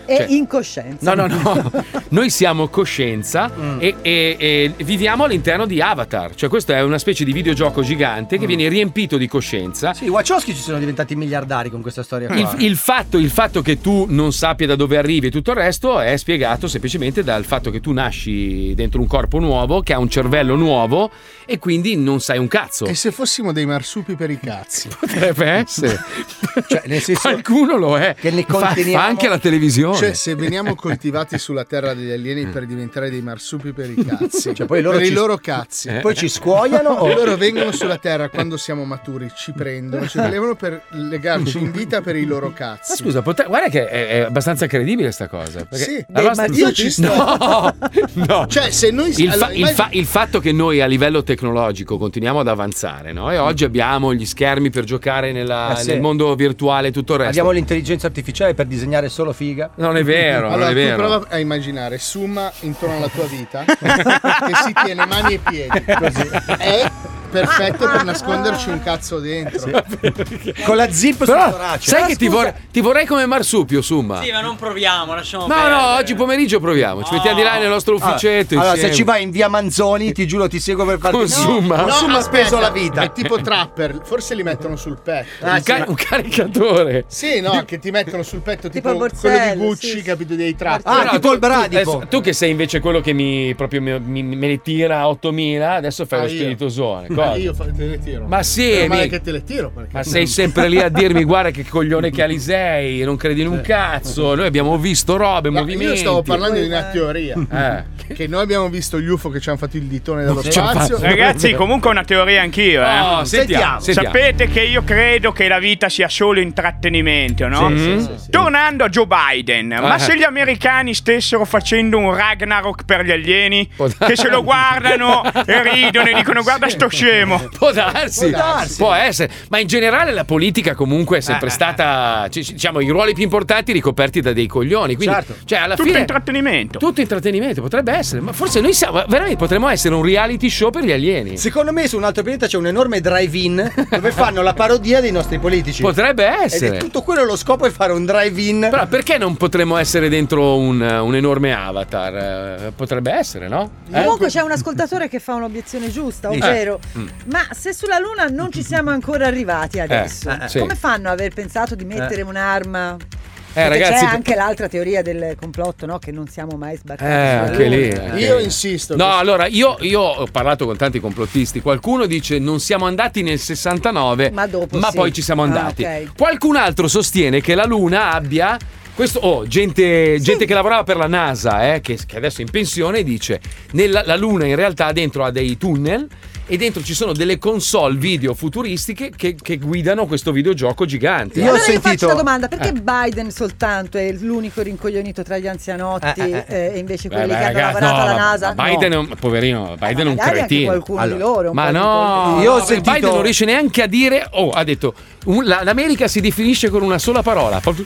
e Cioè, incoscienza. No, no, no. Noi siamo coscienza e, e- e viviamo all'interno di Avatar. Cioè, questo è una specie di videogioco gigante che viene riempito di coscienza. Sì, i Wachowski ci sono diventati miliardari con questa storia qua. Il, il fatto, il fatto che tu non sappia da dove arrivi e tutto il resto è spiegato semplicemente dal fatto che tu nasci dentro un corpo nuovo, che ha un cervello nuovo e quindi non sai un cazzo. E se fossimo dei marsupi per i cazzi? Potrebbe essere. Cioè, nel senso, qualcuno lo è. Che ne Fa, conteniamo- fa anche la televisione. Cioè, se veniamo coltivati sulla terra degli alieni per diventare dei marsupi per i cazzi, Cioè, poi loro per ci- i loro cazzi, Eh. Poi ci scuoiano o- E loro vengono sulla terra quando siamo maturi, ci prendono, ci prelevano per legarci in vita per i loro cazzi. Ma scusa, potre- guarda che è, è abbastanza credibile sta cosa. Perché Sì, la beh, nostra- ma io ci sto. No, no. Cioè, se noi Il, fa- allora, il immagini- fa- il fatto che noi a livello tecnologico continuiamo ad avanzare, no? E oggi abbiamo gli schermi per giocare nella- Eh sì. nel mondo virtuale e tutto il resto. Abbiamo l'intelligenza artificiale per disegnare solo figa. Non è vero, allora, non è tu vero. prova a immaginare Summa intorno alla tua vita che si tiene mani e piedi così. È perfetto per nasconderci un cazzo dentro. Con la zip sul Però, torace. sai Però che ti, scusa- vorrei, ti vorrei come marsupio, Summa. Sì, ma non proviamo, lasciamo No, perdere. no, oggi pomeriggio proviamo. Ci mettiamo di là nel nostro ufficetto. Allora, allora, se insieme. ci vai in via Manzoni, ti giuro, ti seguo per farti Con Summa? No, Summa ha aspetta, speso la vita. È tipo trapper, forse li mettono sul petto. un, ca- un caricatore. Sì, no, che ti mettono sul petto tipo, Tipo quello Borsello, di Gucci, sì, sì. capito, dei trapper. Ah, Però tipo tu- il bradipo. tu, adesso, tu che sei invece quello che mi proprio mi, mi- me ne tira ottomila, adesso fai Ah, lo io? spiritosone. Ma Cosa? io fa- te le tiro. Ma sì, Meno male mi- che te le tiro. perché- Ma sei sempre lì a dirmi guarda che coglione che Alisei, non credi in un cazzo. Noi abbiamo visto robe, No, movimenti. io stavo parlando di una teoria. Eh. Che noi abbiamo visto gli U F O che ci hanno fatto il ditone dallo Ci hanno spazio. fatto- Ragazzi, comunque ho una teoria anch'io, eh. Oh, sentiamo, sentiamo. Sapete che io credo che la vita sia solo intrattenimento, no? Sì, sì, sì, sì. Tornando a Joe Biden, ma Eh. se gli americani stessero facendo un Ragnarok per gli alieni, Può che se lo guardano e ridono e dicono guarda sto scemo. Può darsi, Può darsi. può essere, ma in generale la politica comunque è sempre Eh, stata, c- c- diciamo, i ruoli più importanti ricoperti da dei coglioni. Quindi, Certo. cioè, alla Tutto fine, intrattenimento. tutto intrattenimento potrebbe essere, ma forse noi siamo, veramente potremmo essere un reality show per gli alieni. Secondo me su un altro pianeta c'è un enorme drive-in dove fanno la parodia dei nostri politici. Potrebbe essere. Ed è tutto quello lo scopo è fare un drive-in. Però perché non potremmo essere dentro un, un enorme avatar? Eh, Potrebbe essere, no? Eh? Comunque c'è un ascoltatore che fa un'obiezione giusta, Dici. ovvero Mm. ma se sulla Luna non ci siamo ancora arrivati adesso, eh, sì. come fanno ad aver pensato di mettere un'arma? Eh, Perché ragazzi, c'è anche l'altra teoria del complotto, no? Che non siamo mai sbarcati. Eh, sulla anche Luna. lì. anche Io lì. insisto. No, che- allora io, io ho parlato con tanti complottisti. Qualcuno dice non siamo andati nel sessantanove, Ma dopo sì. poi ci siamo Ah, andati. ok. Qualcun altro sostiene che la Luna abbia. Questo, oh, gente, gente che lavorava per la NASA, eh, che, che adesso è in pensione, dice: nella, la Luna in realtà dentro ha dei tunnel. E dentro ci sono delle console video futuristiche che, che guidano questo videogioco gigante. Io ho allora io faccio sentito- una domanda, perché Eh. Biden soltanto è l'unico rincoglionito tra gli anzianotti Eh, eh, eh, e invece Beh, quelli beh, che hanno ragazzi, lavorato no, alla ma- NASA? ma Biden è un poverino, Biden è un magari anche cretino. qualcuno di loro, un ma po' di no, quelli. Io ho no, sentito- Biden non riesce neanche a dire. Oh, ha detto un- la- l'America si definisce con una sola parola. Come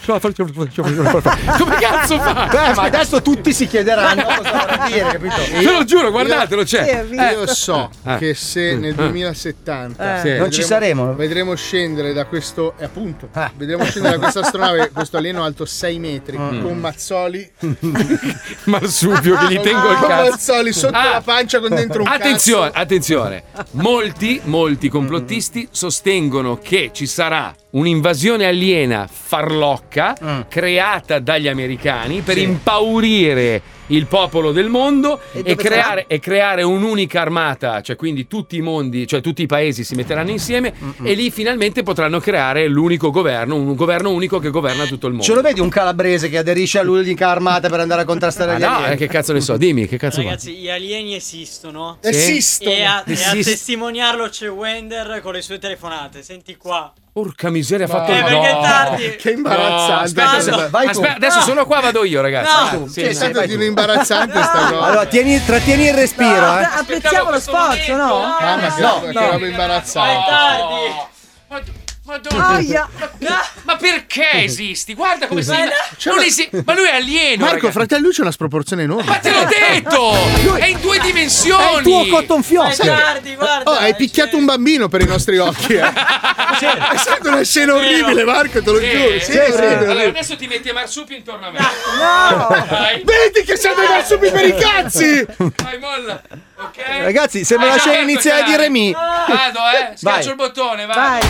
cazzo fa? Beh, ma adesso tutti si chiederanno cosa vorrà dire, capito? Te lo giuro, guardatelo, c'è. Sì, Io so Eh. che se nel duemilasettanta Eh. Sì. Non ci saremo. vedremo scendere da questo e appunto Ah. vedremo scendere da questa astronave questo alieno alto sei metri con Mazzoli Marsupio che gli tengo il con cazzo. Mazzoli sotto Ah. la pancia con dentro un Attenzione, cazzo. attenzione. Molti, molti complottisti sostengono che ci sarà un'invasione aliena farlocca creata dagli americani per impaurire il popolo del mondo E e, dove creare, e creare un'unica armata, cioè quindi tutti i mondi, cioè tutti i paesi si metteranno insieme e lì finalmente potranno creare l'unico governo, un governo unico che governa tutto il mondo. Ce lo vedi un calabrese che aderisce all'unica armata per andare a contrastare Ah, gli no, alieni? eh, che cazzo ne so, dimmi, che cazzo vuoi? Ragazzi, gli alieni esistono. Sì. Esistono. E a, e a Esist- testimoniarlo c'è Wender con le sue telefonate. Senti qua. Porca miseria, ha fatto Eh, il perché no. è tardi. Che imbarazzante. No, aspetta, Vai, aspetta, vai tu. aspetta, adesso sono qua, vado io, ragazzi. No. Ah, sì, Che è sì. stato di un imbarazzante sta cosa. Allora, tieni, trattieni il respiro, No, eh. apprezziamo lo sforzo, no? Mamma che No, roba, che no. roba È imbarazzante. tardi. Madonna. Aia. Ma, ma perché esisti? Guarda come sei. C'è Non una- esi- Ma lui è alieno. Marco, ragazzi. fratello, c'è una sproporzione enorme. Ma te l'ho detto! È in due dimensioni! È il tuo cotton fioc. Guardi, guarda. Oh, hai picchiato un bambino per i nostri occhi, eh. È stata una scena orribile, Marco, te lo Sì, giuro. sì, Sì, sì. orribile, Allora orribile. adesso ti metti a marsupi intorno a me. No. Vai. Vedi che siamo dei marsupi per i cazzi! Vai, molla. Ok? Ragazzi, sembra Vai, la scena ecco, iniziale dai. di Remy. Vado, eh. Schiaccio Vai. il bottone, vai. Vai.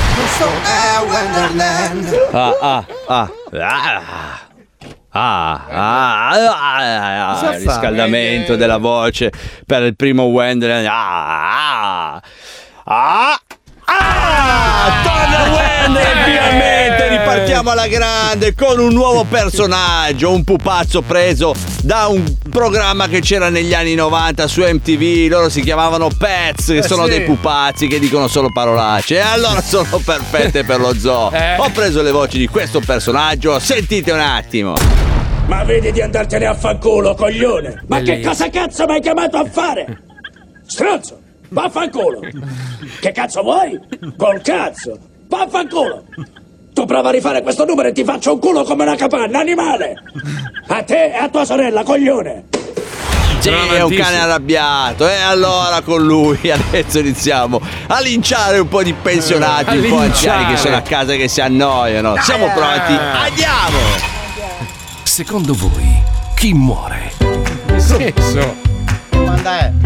Ah, ah, ah. Ah. Ah, ah, ah, ah, Cosa il riscaldamento fa? della voce per il primo Wonderland. Ah, ah, ah, ah, torna Wonderland finalmente, ripartiamo alla grande con un nuovo personaggio, un pupazzo preso da un programma che c'era negli anni novanta su M T V, loro si chiamavano Pets, che Eh, sono sì. dei pupazzi che dicono solo parolacce e allora sono perfette per lo zoo. Eh. Ho preso le voci di questo personaggio, sentite un attimo. Ma vedi di andartene a fanculo, coglione! Ma che Bellissimo. cosa cazzo mi hai chiamato a fare? Stronzo! Vaffanculo! Che cazzo vuoi? Col cazzo! Vaffanculo! Tu prova a rifare questo numero e ti faccio un culo come una capanna, animale! A te e a tua sorella, coglione! Sì, è un cane arrabbiato. E allora con lui adesso iniziamo a linciare un po' di pensionati, A un po' anziani linciare. che sono a casa che si annoiano. Siamo pronti? Andiamo! Secondo voi, chi muore? Che senso? Domanda è.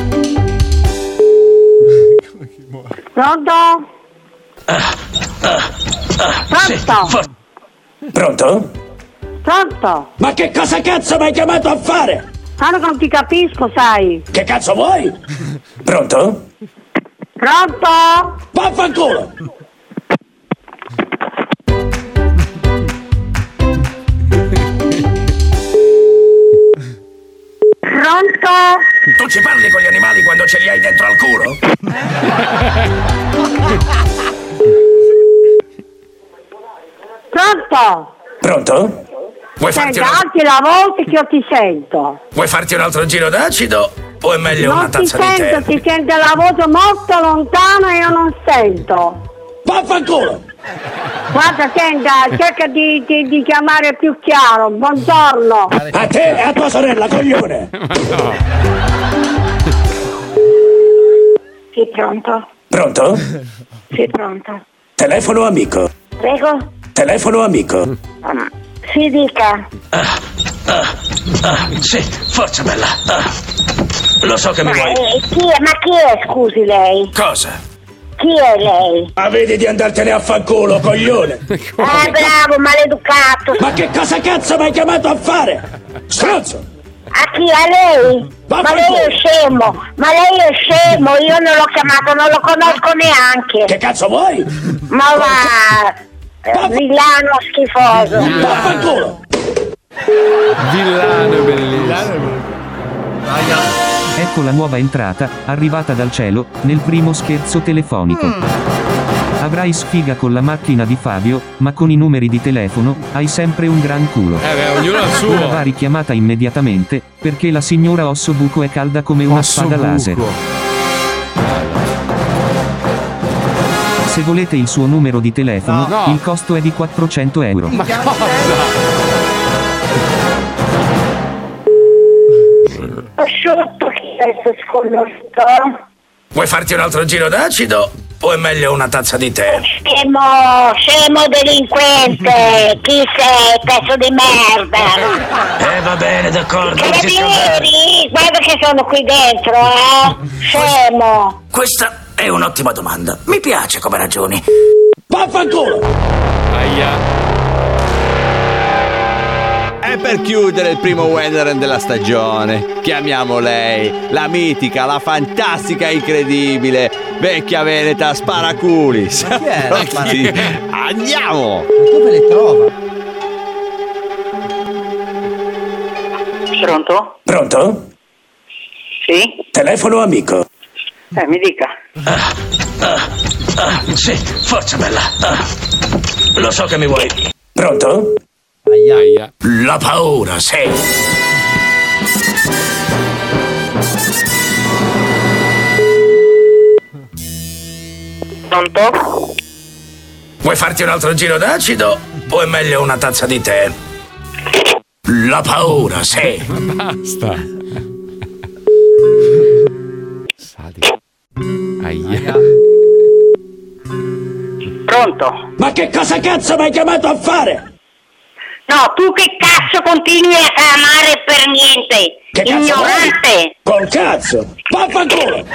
Pronto? Pronto? Pronto? Pronto? Ma che cosa cazzo mi hai chiamato a fare? Ah, non ti capisco, sai. Che cazzo vuoi? Pronto? Pronto? Vaffanculo! Pronto? Tu ci parli con gli animali quando ce li hai dentro al culo? Pronto? Pronto? Vuoi farti, Senta, un, alzi la voce che io ti sento. vuoi farti un altro giro d'acido? O è meglio una Non ti tazza di sento, tè? ti sente la voce molto lontana e io non sento. Vaffanculo! Guarda, senta, cerca di, di, di chiamare più chiaro. Buongiorno. A te e a tua sorella, coglione! Sì, pronto? Pronto? Sì, pronto. Telefono amico. Prego? Telefono amico. Si dica. Sì, forza bella. Lo so che mi Ma, vuoi. eh, chi è? Ma chi è, scusi lei? Cosa? Chi è lei? Ma vedi di andartene a fanculo, coglione! Eh, bravo, maleducato. Ma che cosa cazzo mi hai chiamato a fare? Stronzo! A chi? A lei? Ma lei è scemo, ma lei è scemo, io non l'ho chiamato, non lo conosco neanche. Che cazzo vuoi? Ma va, eh, villano schifoso. Vaffanculo! Villano è bellissimo. Ecco la nuova entrata, arrivata dal cielo, nel primo scherzo telefonico. Avrai sfiga con la macchina di Fabio, ma con i numeri di telefono, hai sempre un gran culo. Eh beh, ognuno ha il suo. Ora va richiamata immediatamente, perché la signora Ossobuco è calda come una spada laser. Se volete il suo numero di telefono, No. il costo è di quattrocento euro. Ma cosa? Asciutto chi è questo sconosciuto? Vuoi farti un altro giro d'acido? O è meglio una tazza di tè? Scemo, scemo delinquente, chi sei, pezzo di merda? Eh va bene, d'accordo. non si scaldare. Carabinieri, guarda che sono qui dentro, eh? Scemo. Questa è un'ottima domanda. Mi piace come ragioni. Vaffanculo! Aia. E per chiudere il primo Wonderland della stagione, chiamiamo lei, la mitica, la fantastica, incredibile, vecchia veneta Sparaculi. Siamo è la pronti? Andiamo! Dove le trova? Pronto? Pronto? Sì? Telefono amico. Eh, mi dica. Ah, sì, forza bella. Ah. Lo so che mi vuoi. Pronto? Aia. Aia. La paura, sì. Pronto? Vuoi farti un altro giro d'acido o è meglio una tazza di tè? La paura, sì. Basta. Sadi. Aia. Pronto? Ma che cosa cazzo mi hai chiamato a fare? No, tu che cazzo continui a chiamare per niente? Che cazzo Ignorante! Col cazzo! Vaffanculo!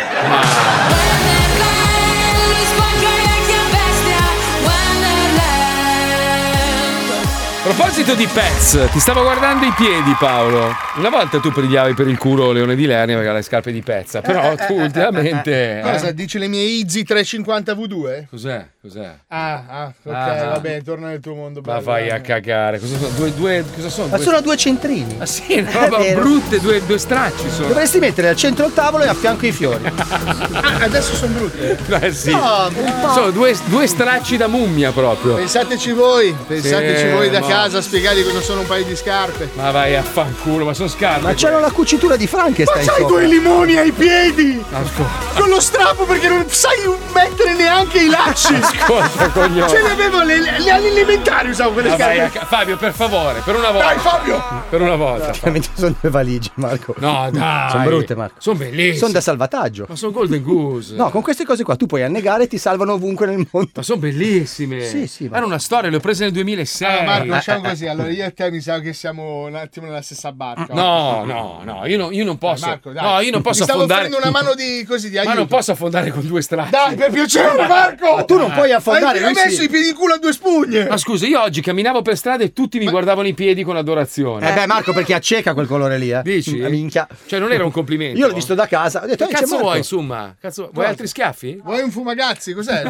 A proposito di pets, ti stavo guardando i piedi, Paolo. Una volta tu pigliavi per il culo Leone di Lernia perché aveva le scarpe di pezza, però tu ultimamente... Cosa? eh? Dici le mie Easy trecentocinquanta V due? Cos'è? Cos'è? Ah, ah, ok, Ah, va bene, torna nel tuo mondo. Ma bello, vai a dai. cagare. Cosa sono? Due, due, cosa sono? Ma Due- sono due centrini. Ma sì, una roba È vero. brutte, due, due stracci sono. Dovresti mettere al centro il tavolo e a fianco i fiori. Ah, adesso sono brutte. Eh sì. No, un po'. Sono due, due stracci da mummia proprio. Pensateci voi, pensateci Sì, voi da ma- casa, spiegate cosa sono un paio di scarpe. Ma vai a fanculo, ma sono scarpe. Ma c'era la cucitura di Frankenstein. Ma c'hai sopra. due limoni ai piedi! Ascolta, Con lo strappo perché non sai mettere neanche i lacci! ascolta, coglione. Ce le avevo le, le all'elementare, usavo quelle Ma vai scarpe. a ca- Fabio, per favore, per una volta. Dai, Fabio! Per una volta. Ovviamente sono due valigie, Marco. No, dai. Sono brutte, Marco. Sono bellissime. Sono da salvataggio. Ma sono Golden Goose. No, con queste cose qua tu puoi annegare e ti salvano ovunque nel mondo. Ma sono bellissime. Sì, sì, ma- Hanno una storia, le ho prese nel duemilasei. Ah, Marco, facciamo Eh, così. Allora io e te mi sa che siamo un attimo nella stessa barca. No, no, no, io, no, io non posso. Dai, Marco, dai. No, io non posso Mi stavo affondare. offrendo una mano di così di Ma aiuto. non posso affondare con due stracci. Dai, per piacere, Marco! Ma tu non puoi affondare, Hai lui messo sì. i piedi in culo a due spugne! Ma scusa, io oggi camminavo per strada e tutti mi guardavano i piedi con adorazione. Eh beh, Marco, perché acceca quel colore lì, eh. Dici? La minchia. Cioè, non era un complimento. Io l'ho visto da casa. Ho detto, Che eh, c'è cazzo Marco. vuoi, insomma? Cazzo, vuoi altri schiaffi? Vuoi un fumagazzi? Cos'è?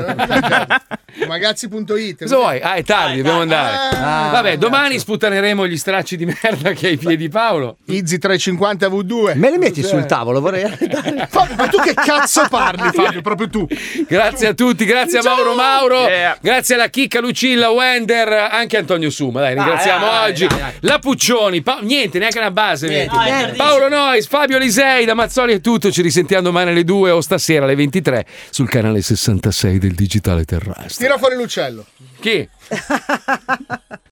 fumagazzi punto it. Cosa vuoi? Ah, è tardi, dobbiamo andare. Ah, Vabbè, domani sputaneremo gli stracci di merda che hai ai piedi Paolo. Easy trecentocinquanta V due. Me li metti Cos'è? sul tavolo, vorrei arredare. Fabio, ma tu che cazzo parli, Fabio? Proprio tu. Grazie a tutti, grazie a Mauro Mauro, grazie alla Chicca, Lucilla, Wender, anche Antonio Suma. Dai, ringraziamo Dai, dai, oggi. dai, dai. La Puccioni, Pa- niente, neanche una base. Niente, vedi. niente. Paolo Nois, Fabio Lisei, da Mazzoli è tutto. Ci risentiamo domani alle due o stasera alle ventitré sul canale sessantasei del Digitale Terrestre. Tira fuori l'uccello. Chi?